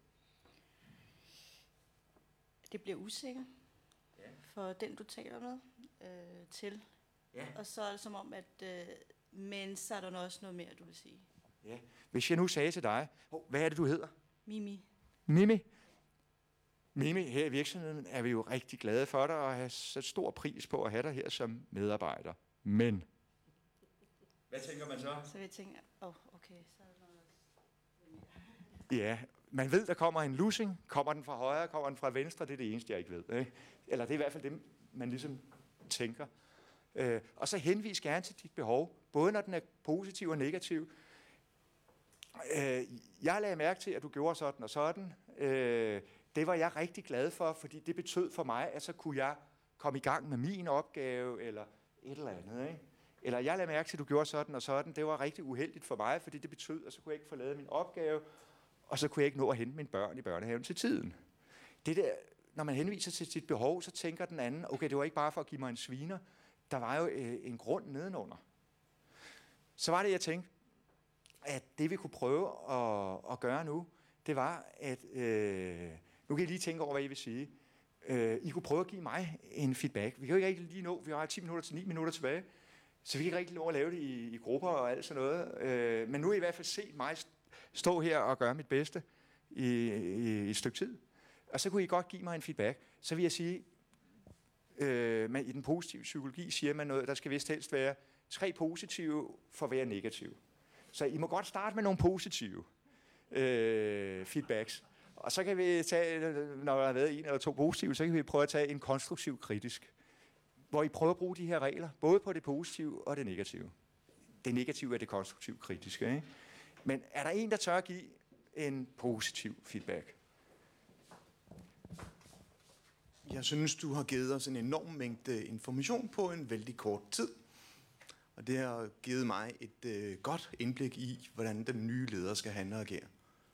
Det bliver usikker ja. For den, du taler med øh, til. Ja. Og så er det som om, at øh, men så er der også noget mere, du vil sige. Ja. Hvis jeg nu sagde til dig, oh, hvad er det, du hedder? Mimi. Mimi? Mimi, her i virksomheden er vi jo rigtig glade for dig, og har sat stor pris på at have dig her som medarbejder. Men? Hvad tænker man så? Så jeg tænker, åh, oh, okay, så er der noget. Ja, man ved, der kommer en lussing. Kommer den fra højre, kommer den fra venstre? Det er det eneste, jeg ikke ved. Ikke? Eller det er i hvert fald det, man ligesom tænker. Øh, og så henvis gerne til dit behov, både når den er positiv og negativ. Øh, jeg lagde mærke til, at du gjorde sådan og sådan. Øh, det var jeg rigtig glad for, fordi det betød for mig, at så kunne jeg komme i gang med min opgave, eller et eller andet. Ikke? Eller jeg lagde mærke til, at du gjorde sådan og sådan. Det var rigtig uheldigt for mig, fordi det betød, at så kunne jeg ikke få lavet min opgave, og så kunne jeg ikke nå at hente mine børn i børnehaven til tiden. Det der, når man henviser til sit behov, så tænker den anden, okay, det var ikke bare for at give mig en sviner, der var jo øh, en grund nedenunder. Så var det, jeg tænkte, at det vi kunne prøve at, at gøre nu, det var, at, øh, nu kan I lige tænke over, hvad I vil sige. Øh, I kunne prøve at give mig en feedback. Vi kan jo ikke rigtig lige nå, vi har ti minutter til ni minutter tilbage, så vi kan ikke rigtig nå at lave det i, i grupper og alt sådan noget. Øh, men nu har I i hvert fald set mig stå her og gøre mit bedste i, i, i et stykke tid. Og så kunne I godt give mig en feedback. Så vil jeg sige, øh, man, i den positive psykologi siger man noget, der skal vist helst være tre positive for hver negativ. Så I må godt starte med nogle positive øh, feedbacks. Og så kan vi tage, når der har været en eller to positive, så kan vi prøve at tage en konstruktiv kritisk, hvor I prøver at bruge de her regler, både på det positive og det negative. Det negative er det konstruktive kritiske, ikke? Men er der en, der tør at give en positiv feedback? Jeg synes, du har givet os en enorm mængde information på en vældig kort tid. Og det har givet mig et øh, godt indblik i, hvordan den nye leder skal handle og agere.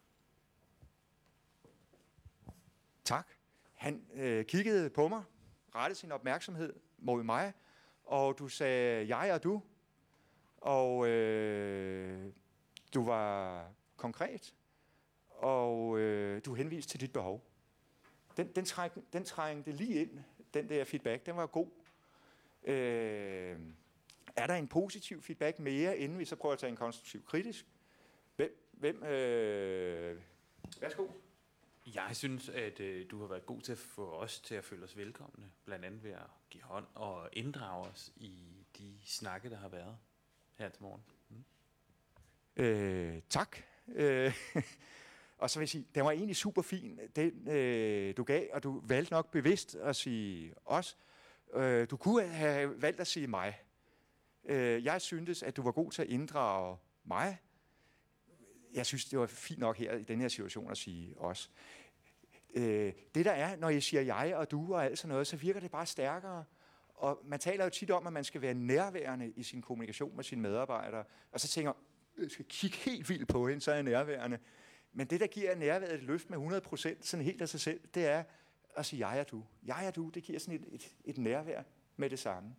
Tak. Han øh, kiggede på mig, rettede sin opmærksomhed mod mig, og du sagde jeg og du, og øh, du var konkret, og øh, du henviste til dit behov. Den, den, træk, den trængte lige ind, den der feedback, den var god. Øh, er der en positiv feedback mere, inden vi så prøver at tage en konstruktiv kritisk? Hvem? hvem øh, værsgo. Jeg synes, at øh, du har været god til at få os til at føle os velkomne, blandt andet ved at give hånd og inddrage os i de snakke, der har været her til morgen. Mm. Øh, tak. Øh, og så vil jeg sige, den var egentlig super fin, den øh, du gav, og du valgte nok bevidst at sige os. Øh, du kunne have valgt at sige mig. Øh, jeg syntes, at du var god til at inddrage mig. Jeg synes, det var fint nok her i den her situation at sige os. Øh, det der er, når jeg siger jeg og du og alt sådan noget, så virker det bare stærkere. Og man taler jo tit om, at man skal være nærværende i sin kommunikation med sine medarbejdere. Og så tænker jeg skal kigge helt vildt på hende, så er jeg nærværende. Men det, der giver nærværet et løft med hundrede procent, sådan helt af sig selv, det er at sige jeg og du. Jeg og du, det giver sådan et, et, et nærvær med det samme.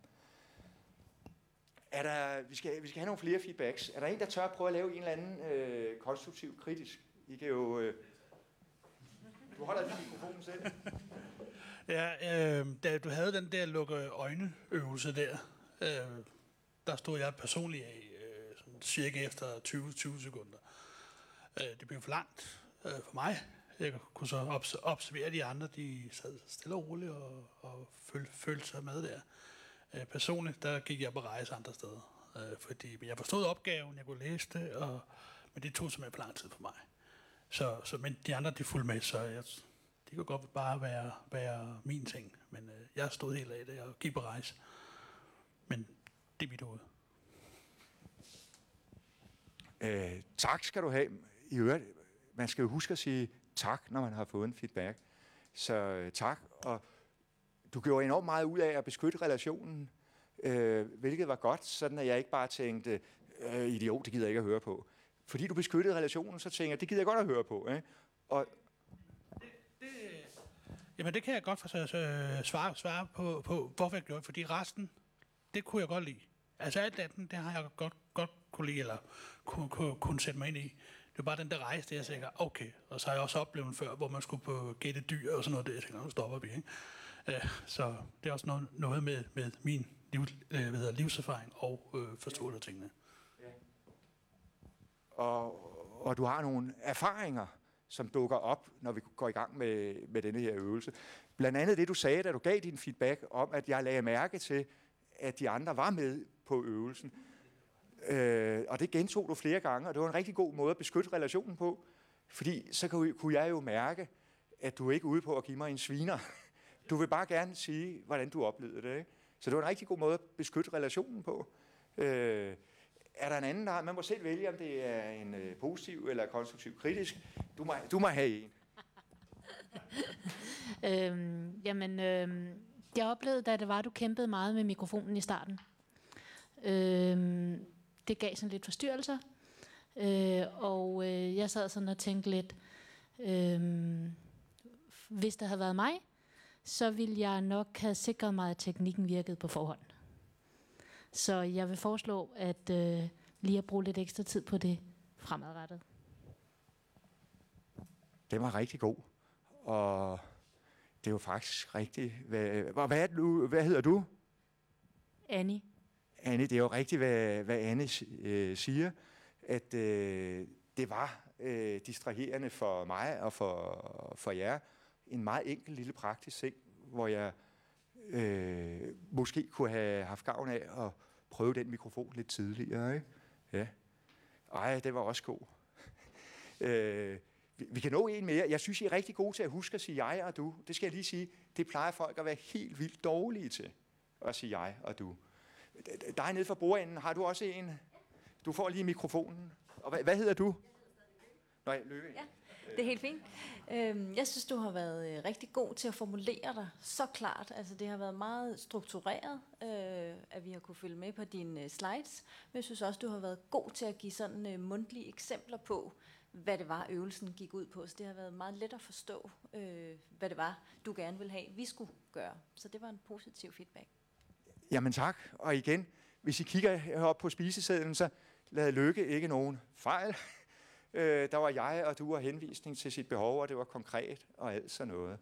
Er der, vi, skal, vi skal have nogle flere feedbacks. Er der en, der tør at prøve at lave en eller anden øh, konstruktiv kritisk? I kan jo... Øh, du holder lige mikrofonen selv. Ja, øh, da du havde den der lukke øjne-øvelse der, øh, der stod jeg personligt af øh, sådan cirka efter tyve sekunder. Øh, det blev for langt øh, for mig. Jeg kunne så obs- observere de andre, de sad stille og roligt og, og føl- følte sig med der. Øh, personligt, der gik jeg på rejse andre steder. Øh, fordi jeg forstod opgaven, jeg kunne læse det, og, men det tog simpelthen for lang tid for mig. Så, så, men de andre, de fulgte med, så jeg, det kunne godt bare være, være min ting. Men øh, jeg stod helt af det og gik på rejse. Men det er mit hoved. Øh, tak skal du have. I øvrigt, man skal jo huske at sige tak, når man har fået en feedback. Så øh, tak, og du gjorde enormt meget ud af at beskytte relationen, øh, hvilket var godt, sådan at jeg ikke bare tænkte, øh, idiot, det gider jeg ikke at høre på. Fordi du beskyttede relationen, så tænker jeg, det gider jeg godt at høre på. Ikke? Og Jamen det kan jeg godt for, øh, svare, svare på, på, hvorfor jeg gjorde det. Fordi resten, det kunne jeg godt lide. Altså alt andet, det har jeg godt, godt kunne lide, eller kunne, kunne, kunne sætte mig ind i. Det var bare den der rejse, der jeg tænker, okay. Og så har jeg også oplevet før, hvor man skulle på gætte dyr og sådan noget, der jeg tænker, nu stopper vi, ikke? Uh, så det er også noget, noget med, med min liv, uh, hvad hedder, livserfaring og uh, forståelse af tingene. Ja. Og, og du har nogle erfaringer, som dukker op, når vi går i gang med, med denne her øvelse. Blandt andet det, du sagde, da du gav din feedback om, at jeg lagde mærke til, at de andre var med på øvelsen. Øh, og det gentog du flere gange, og det var en rigtig god måde at beskytte relationen på, fordi så kunne jeg jo mærke, at du ikke er ude på at give mig en sviner. Du vil bare gerne sige, hvordan du oplevede det. Ikke? Så det var en rigtig god måde at beskytte relationen på. Øh, er der en anden, der man må selv vælge, om det er en øh, positiv eller konstruktiv kritisk. Du må, du må have en. øhm, jamen, øhm, jeg oplevede, da det var, du kæmpede meget med mikrofonen i starten. Øhm, det gav sådan lidt forstyrrelser. Øh, og øh, jeg sad sådan og tænkte lidt, øh, hvis der havde været mig, så ville jeg nok have sikret mig, at teknikken virkede på forhånd. Så jeg vil foreslå, at øh, lige at bruge lidt ekstra tid på det fremadrettet. Den var rigtig god. Og det er jo faktisk rigtigt. Hvad, hvad, hvad, er det, du, hvad hedder du? Annie. Anne, det er jo rigtigt, hvad, hvad Anne øh, siger, at øh, det var øh, distraherende for mig og for, for jer. En meget enkel lille praktisk ting, hvor jeg øh, måske kunne have haft gavn af at prøve den mikrofon lidt tidligere. Ikke? Ja. Ej, det var også god. øh, vi, vi kan nå en mere. Jeg synes, I er rigtig gode til at huske at sige jeg og du. Det skal jeg lige sige. Det plejer folk at være helt vildt dårlige til at sige jeg og du. Dig nede for bordenden, har du også en? Du får lige mikrofonen. Og hvad, hvad hedder du? Nej, Løkke. Ja, det er helt fint. Øhm, jeg synes, du har været øh, rigtig god til at formulere dig så klart. Altså, det har været meget struktureret, øh, at vi har kunne følge med på dine øh, slides. Men jeg synes også, du har været god til at give sådan øh, mundtlige eksempler på, hvad det var, øvelsen gik ud på. Så det har været meget let at forstå, øh, hvad det var, du gerne ville have, vi skulle gøre. Så det var en positiv feedback. Jamen tak. Og igen, hvis I kigger heroppe på spisesedlen, så lavede Løkke ikke nogen fejl. Øh, der var jeg og du og henvisning til sit behov, og det var konkret og alt sådan noget.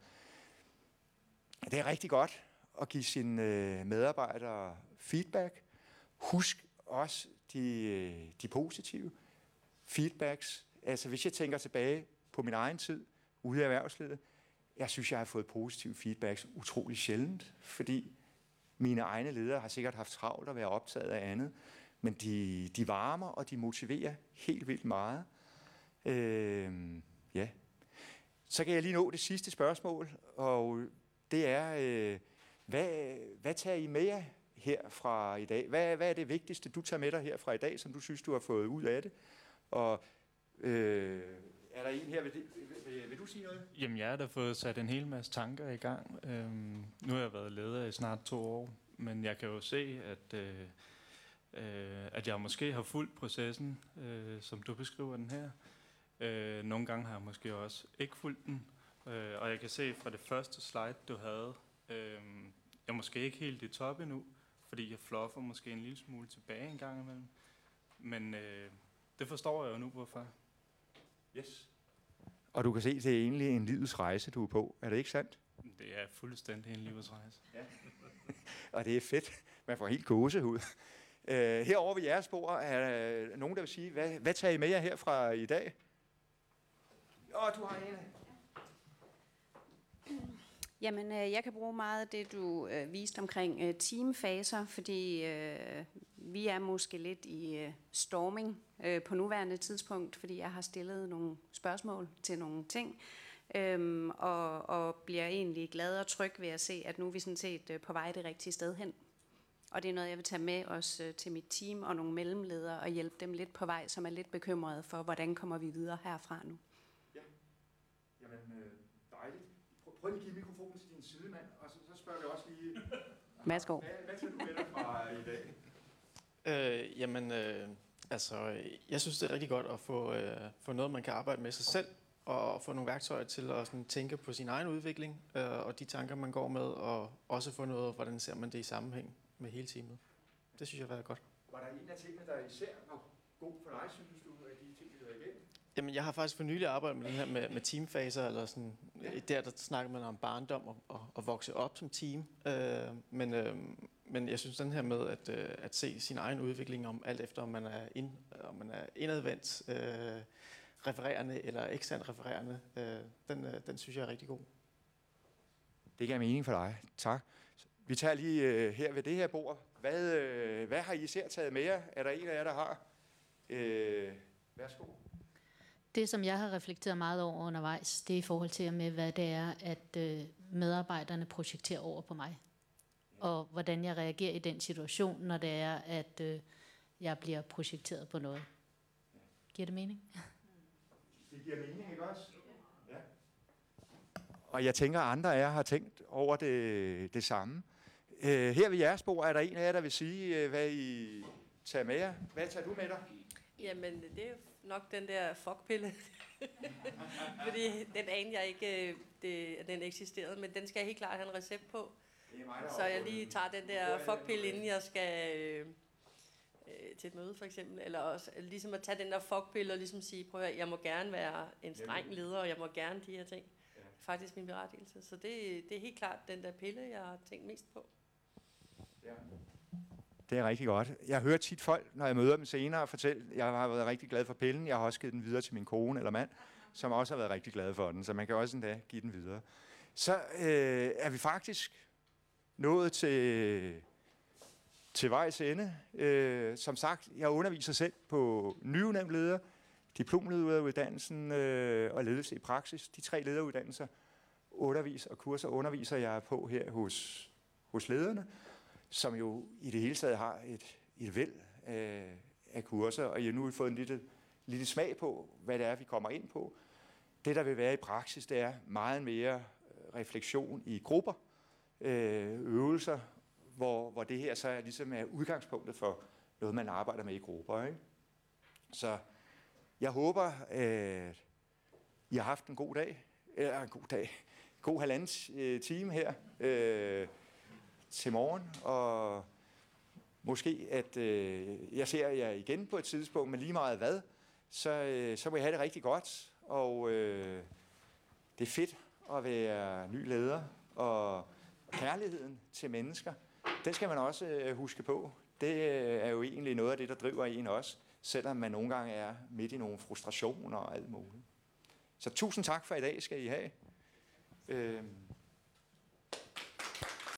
Det er rigtig godt at give sine øh, medarbejdere feedback. Husk også de, de positive feedbacks. Altså hvis jeg tænker tilbage på min egen tid ude i erhvervslivet, jeg synes, jeg har fået positive feedbacks utrolig sjældent, fordi mine egne ledere har sikkert haft travlt at være optaget af andet, men de, de varmer og de motiverer helt vildt meget. Øh, ja. Så kan jeg lige nå det sidste spørgsmål, og det er, øh, hvad, hvad tager I med jer her fra i dag? Hvad, hvad er det vigtigste, du tager med dig her fra i dag, som du synes, du har fået ud af det? Og øh, er der en her, vil, vil, vil, vil du sige noget? Jamen, jeg har da fået sat en hel masse tanker i gang. Øhm, nu har jeg været leder i snart to år, men jeg kan jo se, at, øh, øh, at jeg måske har fulgt processen, øh, som du beskriver den her. Øh, nogle gange har jeg måske også ikke fulgt den, øh, og jeg kan se fra det første slide, du havde, øh, jeg er måske ikke helt i top endnu, fordi jeg fluffer måske en lille smule tilbage en gang imellem. Men øh, det forstår jeg jo nu, hvorfor. Yes. Og du kan se, det er egentlig en livets rejse, du er på. Er det ikke sandt? Det er fuldstændig en livets rejse. Ja. Og det er fedt. Man får helt gåsehud. Uh, herovre ved jeres bord er der nogen, der vil sige, hvad, hvad tager I med jer her fra i dag? Åh, oh, du har en. Jamen, øh, jeg kan bruge meget af det, du øh, viste omkring øh, teamfaser, fordi øh, vi er måske lidt i øh, storming øh, på nuværende tidspunkt, fordi jeg har stillet nogle spørgsmål til nogle ting, øh, og, og bliver egentlig glad og tryg ved at se, at nu er vi sådan set øh, på vej det rigtige sted hen. Og det er noget, jeg vil tage med os øh, til mit team og nogle mellemledere og hjælpe dem lidt på vej, som er lidt bekymrede for, hvordan kommer vi videre herfra nu. Ja, jamen øh, dejligt. Prøv lige at give mikrofonen til din sidemand, og så, så spørger vi også lige... Værsgo. Hvad, hvad tager du med dig fra i dag? Øh, jamen, øh, altså, jeg synes, det er rigtig godt at få, øh, få noget, man kan arbejde med sig selv, og få nogle værktøjer til at sådan, tænke på sin egen udvikling, øh, og de tanker, man går med, og også få noget, hvordan ser man det i sammenhæng med hele teamet. Det synes jeg har været godt. Var der en af tingene, der især var god for dig, synes du, af de ting, vi havde igennem? Jamen, jeg har faktisk for nylig arbejdet med den her med, med teamfaser, eller sådan, ja. Der, der snakker man om barndom og, og, og vokse op som team. Øh, men, øh, men jeg synes den her med at, øh, at se sin egen udvikling om alt efter, om man er, ind, om man er indadvendt, øh, refererende eller eksternt refererende, øh, den, øh, den synes jeg er rigtig god. Det giver mening for dig. Tak. Vi tager lige øh, her ved det her bord. Hvad, øh, hvad har I især taget med jer? Er der en af jer, der har? Øh, værsgo. Det, som jeg har reflekteret meget over undervejs, det er i forhold til med, hvad det er, at øh, medarbejderne projekterer over på mig. Og hvordan jeg reagerer i den situation, når det er, at øh, jeg bliver projekteret på noget. Giver det mening? Det giver mening, ikke også? Ja. Og jeg tænker, at andre af jer har tænkt over det, det samme. Øh, her ved jeres bord er der en af jer, der vil sige, hvad I tager med jer. Hvad tager du med dig? Jamen, det er nok den der fuckpille. Fordi den anede jeg ikke, det, den eksisterede, men den skal jeg helt klart have en recept på. Så jeg lige tager den der fuckpille, inden jeg skal øh, øh, til et møde for eksempel. Eller også ligesom at tage den der fuckpille og ligesom sige, prøv at høre, jeg må gerne være en streng leder, og jeg må gerne de her ting. faktisk min berettigelse. Så det, det er helt klart den der pille, jeg har tænkt mest på. Ja. Det er rigtig godt. Jeg hører tit folk, når jeg møder dem senere, fortælle, at jeg har været rigtig glad for pillen. Jeg har også givet den videre til min kone eller mand, som også har været rigtig glad for den, så man kan også endda give den videre. Så øh, er vi faktisk nået til, til vejs ende. Øh, som sagt, jeg underviser selv på nyudnævnt leder, diplomlederuddannelsen øh, og ledelse i praksis. De tre lederuddannelser, undervis og kurser underviser jeg på her hos, hos lederne, som jo i det hele taget har et, et væld af, af kurser, og jeg har nu fået en lille, lille smag på, hvad det er, vi kommer ind på. Det, der vil være i praksis, det er meget mere refleksion i grupper, øvelser, hvor, hvor det her så er, ligesom er udgangspunktet for noget, man arbejder med i grupper. Ikke? Så jeg håber, at I har haft en god dag, eller en god dag, en god halvanden time her øh, til morgen, og måske, at øh, jeg ser jer igen på et tidspunkt, men lige meget hvad, så, øh, så må jeg have det rigtig godt, og øh, det er fedt at være ny leder, og kærligheden til mennesker, den skal man også øh, huske på. Det er jo egentlig noget af det, der driver en også, selvom man nogle gange er midt i nogle frustrationer og alt muligt. Så tusind tak for i dag skal I have. Øh,